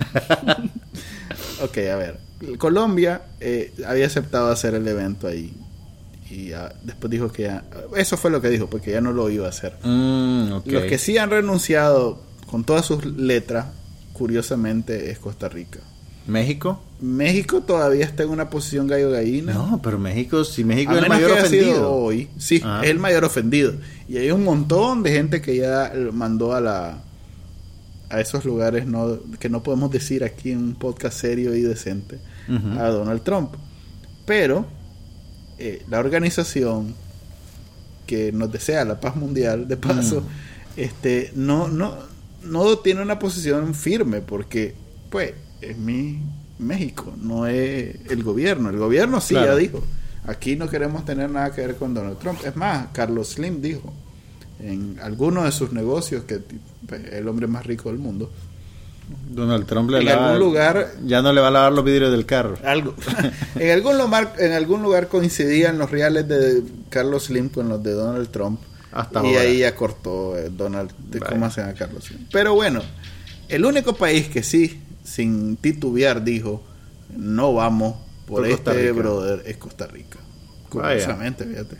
Ok, a ver. Colombia eh, había aceptado hacer el evento ahí. Y uh, después dijo que ya... Eso fue lo que dijo, porque ya no lo iba a hacer. Mm, okay. Los que sí han renunciado con todas sus letras, curiosamente, es Costa Rica. ¿México? México todavía está en una posición gallo-gallina. No, pero México, si México es el mayor ofendido. Hoy, sí, ah. es el mayor ofendido. Y hay un montón de gente que ya mandó a la... a esos lugares no que no podemos decir aquí en un podcast serio y decente, uh-huh. a Donald Trump. Pero eh, la organización que nos desea la paz mundial, de paso, uh-huh. este no no no tiene una posición firme, porque pues es mi México, no es el gobierno. El gobierno sí claro. ya dijo, aquí no queremos tener nada que ver con Donald Trump. Es más, Carlos Slim dijo en alguno de sus negocios que pues, el hombre más rico del mundo, Donald Trump le en lava, algún lugar ya no le va a lavar los vidrios del carro. Algo en algún lugar en algún lugar coincidían los reales de Carlos Slim con los de Donald Trump. Hasta y ahora. Ahí ya cortó eh, Donald de cómo hacen a Carlos Slim. Pero bueno, el único país que sí, sin titubear, dijo no vamos por, por este brother es Costa Rica. Curiosamente, fíjate.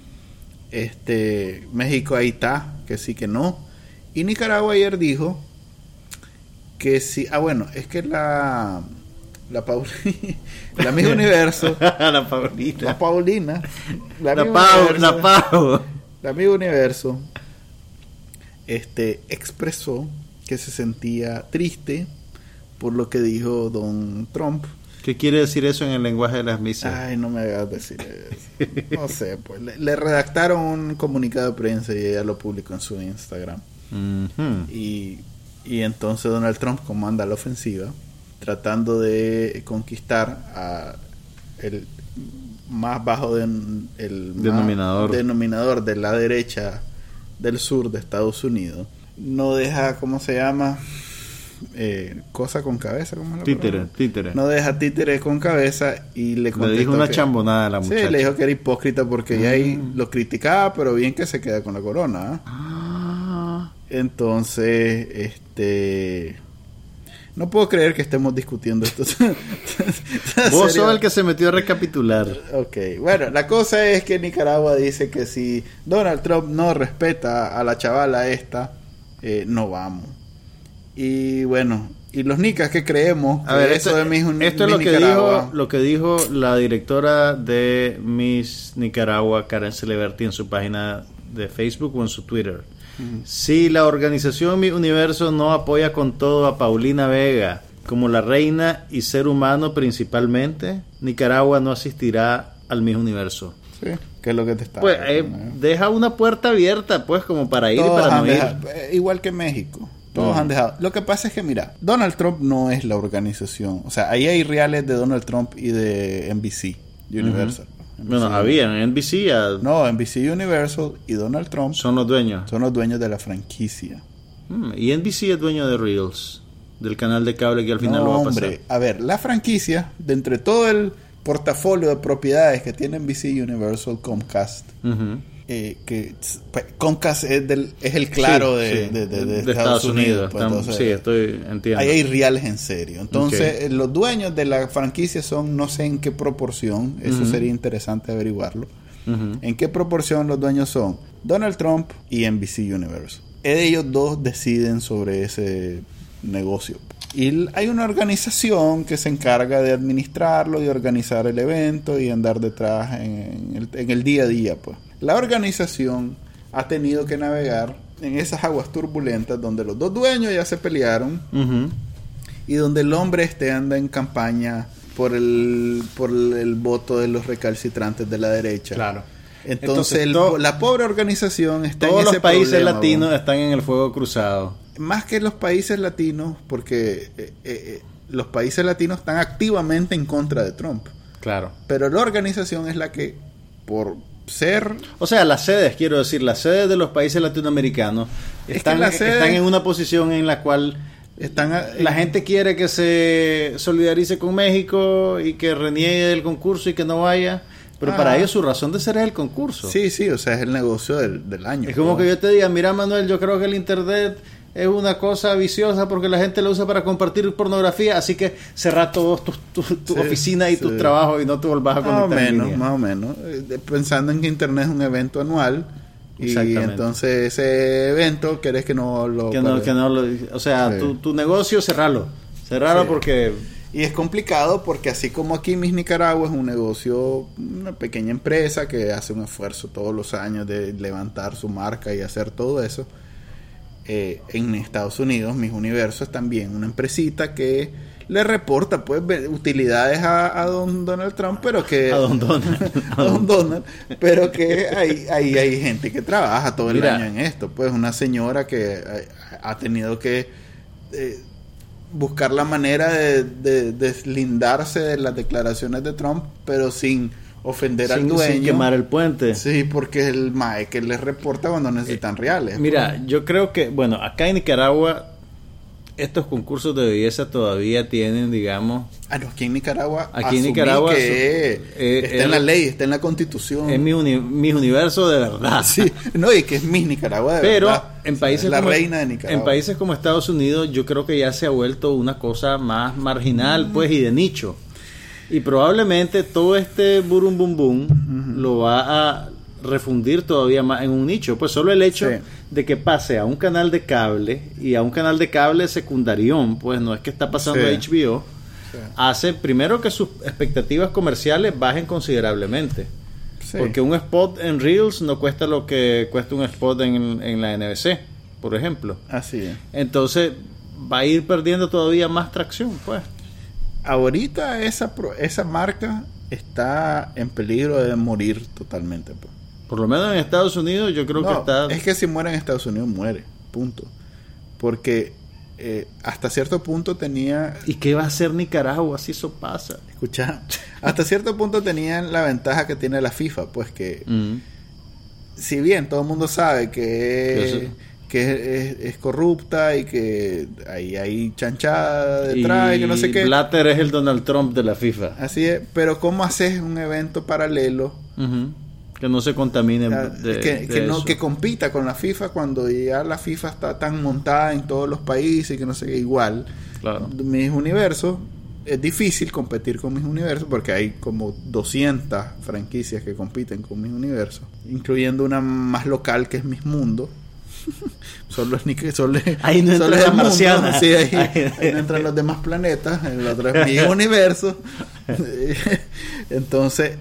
Este, México ahí está, que sí que no. Y Nicaragua ayer dijo que sí. Ah, bueno, es que la la Paulina, la Miss Universo, la Paulina, la Paulina, la, la Pau, la Pau, la Miss Universo, este, expresó que se sentía triste por lo que dijo Don Trump. ¿Qué quiere decir eso en el lenguaje de las misas? Ay, no me hagas decir eso. No sé, pues. Le, le redactaron un comunicado de prensa y ella lo publicó en su Instagram. Uh-huh. Y, y entonces Donald Trump comanda la ofensiva, tratando de conquistar a el más bajo de, el denominador. Más denominador de la derecha del sur de Estados Unidos. No deja, ¿cómo se llama? Eh, cosa con cabeza, ¿cómo es la títere, palabra? títere. No deja títere con cabeza y le contestó. Le dijo una que, chambonada a la muchacha. Sí, le dijo que era hipócrita porque mm. ya ahí lo criticaba, pero bien que se queda con la corona. ¿eh? Ah. Entonces, este. No puedo creer que estemos discutiendo esto. Vos sos el que se metió a recapitular. Ok, bueno, la cosa es que Nicaragua dice que si Donald Trump no respeta a la chavala esta, eh, no vamos. Y bueno, y los nicas que creemos a ver, eso esto, de Miss, esto Miss es lo Nicaragua. que dijo lo que dijo la directora de Miss Nicaragua, Karen Celeberti, en su página de Facebook o en su Twitter. Uh-huh. Si la organización Miss Universo no apoya con todo a Paulina Vega como la reina y ser humano principalmente, Nicaragua no asistirá al Miss Universo. Sí, que es lo que te está pues eh, deja una puerta abierta, pues, como para ir Todos y para no ir. Dejado, igual que México. Todos mm. han dejado. Lo que pasa es que, mira, Donald Trump no es la organización. O sea, ahí hay reales de Donald Trump y de N B C Universal. Uh-huh. N B C, bueno, había N B C. A... No, N B C Universal y Donald Trump son los dueños. Son los dueños de la franquicia. Mm, y N B C es dueño de Reels, del canal de cable que al final no, lo va a hombre, pasar. A ver, la franquicia, de entre todo el portafolio de propiedades que tiene N B C Universal, Comcast, uh-huh. eh, que pues, Comcast es, del, es el claro sí, de, sí. De, de, de, de, de Estados, Estados Unidos. Pues, entonces, sí, estoy entiendo. Ahí hay reales en serio. Entonces, okay. los dueños de la franquicia son, no sé en qué proporción, eso uh-huh. sería interesante averiguarlo. Uh-huh. ¿En qué proporción los dueños son Donald Trump y N B C Universal? Ellos dos deciden sobre ese negocio. Y hay una organización que se encarga de administrarlo, de organizar el evento y andar detrás en, en, el, en el día a día, pues. La organización ha tenido que navegar en esas aguas turbulentas donde los dos dueños ya se pelearon uh-huh. y donde el hombre este anda en campaña por el por el, el voto de los recalcitrantes de la derecha. Claro. Entonces, Entonces el, to- la pobre organización está todos en ese los países problema, latinos ¿no? están en el fuego cruzado. Más que los países latinos, porque eh, eh, los países latinos están activamente en contra de Trump. Claro. Pero la organización es la que, por ser... O sea, las sedes, quiero decir, las sedes de los países latinoamericanos están, es que sedes, están en una posición en la cual están a, la en, gente quiere que se solidarice con México y que reniegue del concurso y que no vaya... Pero ah, para ellos su razón de ser es el concurso. Sí, sí, o sea, es el negocio del, del año. Es como ¿no? que yo te diga, mira Manuel, yo creo que el internet es una cosa viciosa porque la gente lo usa para compartir pornografía, así que cerra todos tus tu, tu sí, oficina y sí. tus trabajos y no te volvás a conectar. Más o menos, más o menos. Pensando en que internet es un evento anual y entonces ese evento querés que no lo... Que no, que no lo o sea, sí. tu, tu negocio cerralo. Cerralo sí. porque... Y es complicado porque así como aquí Miss Nicaragua es un negocio, una pequeña empresa que hace un esfuerzo todos los años de levantar su marca y hacer todo eso, eh, en Estados Unidos Miss Universo es también una empresita que le reporta pues utilidades a, a don Donald Trump, pero que a don Donald, a don Donald, pero que hay, hay, hay gente que trabaja todo el Mira. año en esto, pues una señora que ha, ha tenido que eh, buscar la manera de, de, de deslindarse de las declaraciones de Trump, pero sin ofender sin, al dueño. Sin quemar el puente. Sí, porque es el M A E que les reporta cuando necesitan eh, reales. Mira, pues. Yo creo que, bueno, acá en Nicaragua estos concursos de belleza todavía tienen, digamos... Ah, no, aquí en Nicaragua... Aquí en Nicaragua... Que eh, está eh, en la ley, está en la Constitución. Es mi, uni, mi universo de verdad. Sí, no, y que es Miss Nicaragua de Pero verdad. en países es la como, reina de Nicaragua. En países como Estados Unidos yo creo que ya se ha vuelto una cosa más marginal, mm. pues, y de nicho. Y probablemente todo este burum bum bum uh-huh. lo va a refundir todavía más en un nicho. Pues solo el hecho... Sí. de que pase a un canal de cable y a un canal de cable secundarión, pues no es que está pasando sí. a H B O, sí. hace primero que sus expectativas comerciales bajen considerablemente. Sí. Porque un spot en Reels no cuesta lo que cuesta un spot en, en la N B C, por ejemplo. Así es. Entonces va a ir perdiendo todavía más tracción, pues. Ahorita esa, esa marca está en peligro de morir totalmente, pues. Por lo menos en Estados Unidos yo creo no, que está... es que si muere en Estados Unidos muere, punto. Porque eh, hasta cierto punto tenía... ¿Y qué va a hacer Nicaragua si eso pasa? Escucha, hasta cierto punto tenían la ventaja que tiene la FIFA, pues que... Mm. Si bien todo el mundo sabe que, que es, es corrupta y que hay, hay chanchada detrás y, y que no sé qué... Blatter es el Donald Trump de la FIFA. Así es, pero ¿cómo haces un evento paralelo? Uh-huh. Que no se contamine de, que, de que no eso. Que compita con la FIFA cuando ya la FIFA está tan montada en todos los países y que no sé qué, igual. Claro. Miss Universo es difícil competir con Miss Universo porque hay como doscientas franquicias que compiten con Miss Universo, incluyendo una más local que es Miss Mundo. Solo es ni que solo es, ahí no solo entra la marciana. Sí, ahí, ahí, ahí no entran los demás planetas, el otro es Miss Universo. Entonces,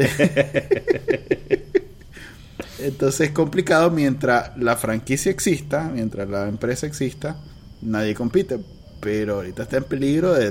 este entonces es complicado mientras la franquicia exista, mientras la empresa exista, nadie compite, pero ahorita está en peligro de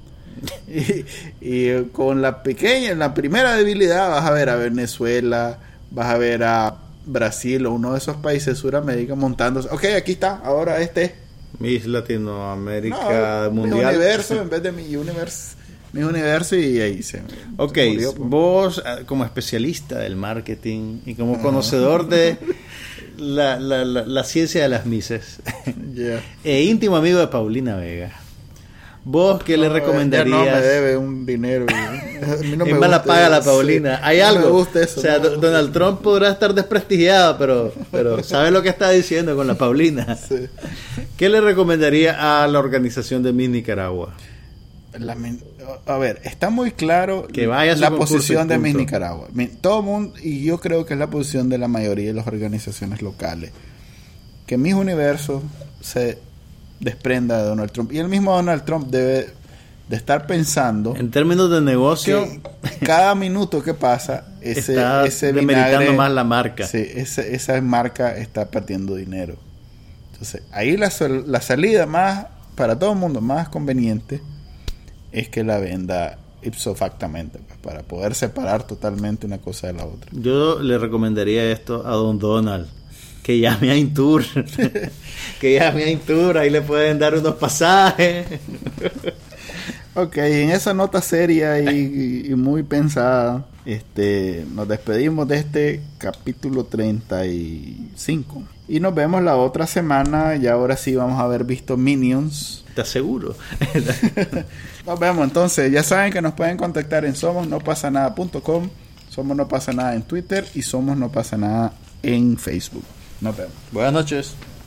y, y con la pequeña, la primera debilidad vas a ver a Venezuela, vas a ver a Brasil o uno de esos países de Sudamérica montándose. Ok, aquí está, ahora este Miss Latinoamérica no, Mundial. Mi universo en vez de mi universo. Mi universo y ahí se... Ok, se murió, pues. Vos como especialista del marketing y como uh-huh. conocedor de la, la, la, la ciencia de las mises yeah. e íntimo amigo de Paulina Vega, ¿Vos qué le recomendarías? Ya no me debe un dinero. A mí no es me mala gusta paga eso, la Paulina. sí. Hay no algo. Me gusta eso, o sea, no Donald Trump podrá estar desprestigiado, pero, pero sabe lo que está diciendo con la Paulina. Sí. ¿Qué le recomendaría a la organización de Miss Nicaragua? La, a ver, está muy claro que vaya la posición de Miss Nicaragua. Todo mundo, y yo creo que es la posición de la mayoría de las organizaciones locales. Que Miss Universo se desprenda de Donald Trump. Y el mismo Donald Trump debe de estar pensando en términos de negocio que cada minuto que pasa ese, está ese demeritando vinagre, más la marca. Sí, ese, esa marca está perdiendo dinero. Entonces ahí la, la salida más para todo el mundo más conveniente es que la venda ipso factamente, pues, para poder separar totalmente una cosa de la otra. Yo le recomendaría esto a don Donald, que llame a Intour, que llame a Intour, ahí le pueden dar unos pasajes. Ok, en esa nota seria y, y muy pensada, este, nos despedimos de este capítulo treinta y cinco. Y nos vemos la otra semana, y ahora sí vamos a haber visto Minions. ¿Te aseguro? Nos vemos entonces, ya saben que nos pueden contactar en somos no pasa nada punto com, Somos No Pasa Nada en Twitter y Somos No Pasa Nada en Facebook. Nos vemos. Buenas noches.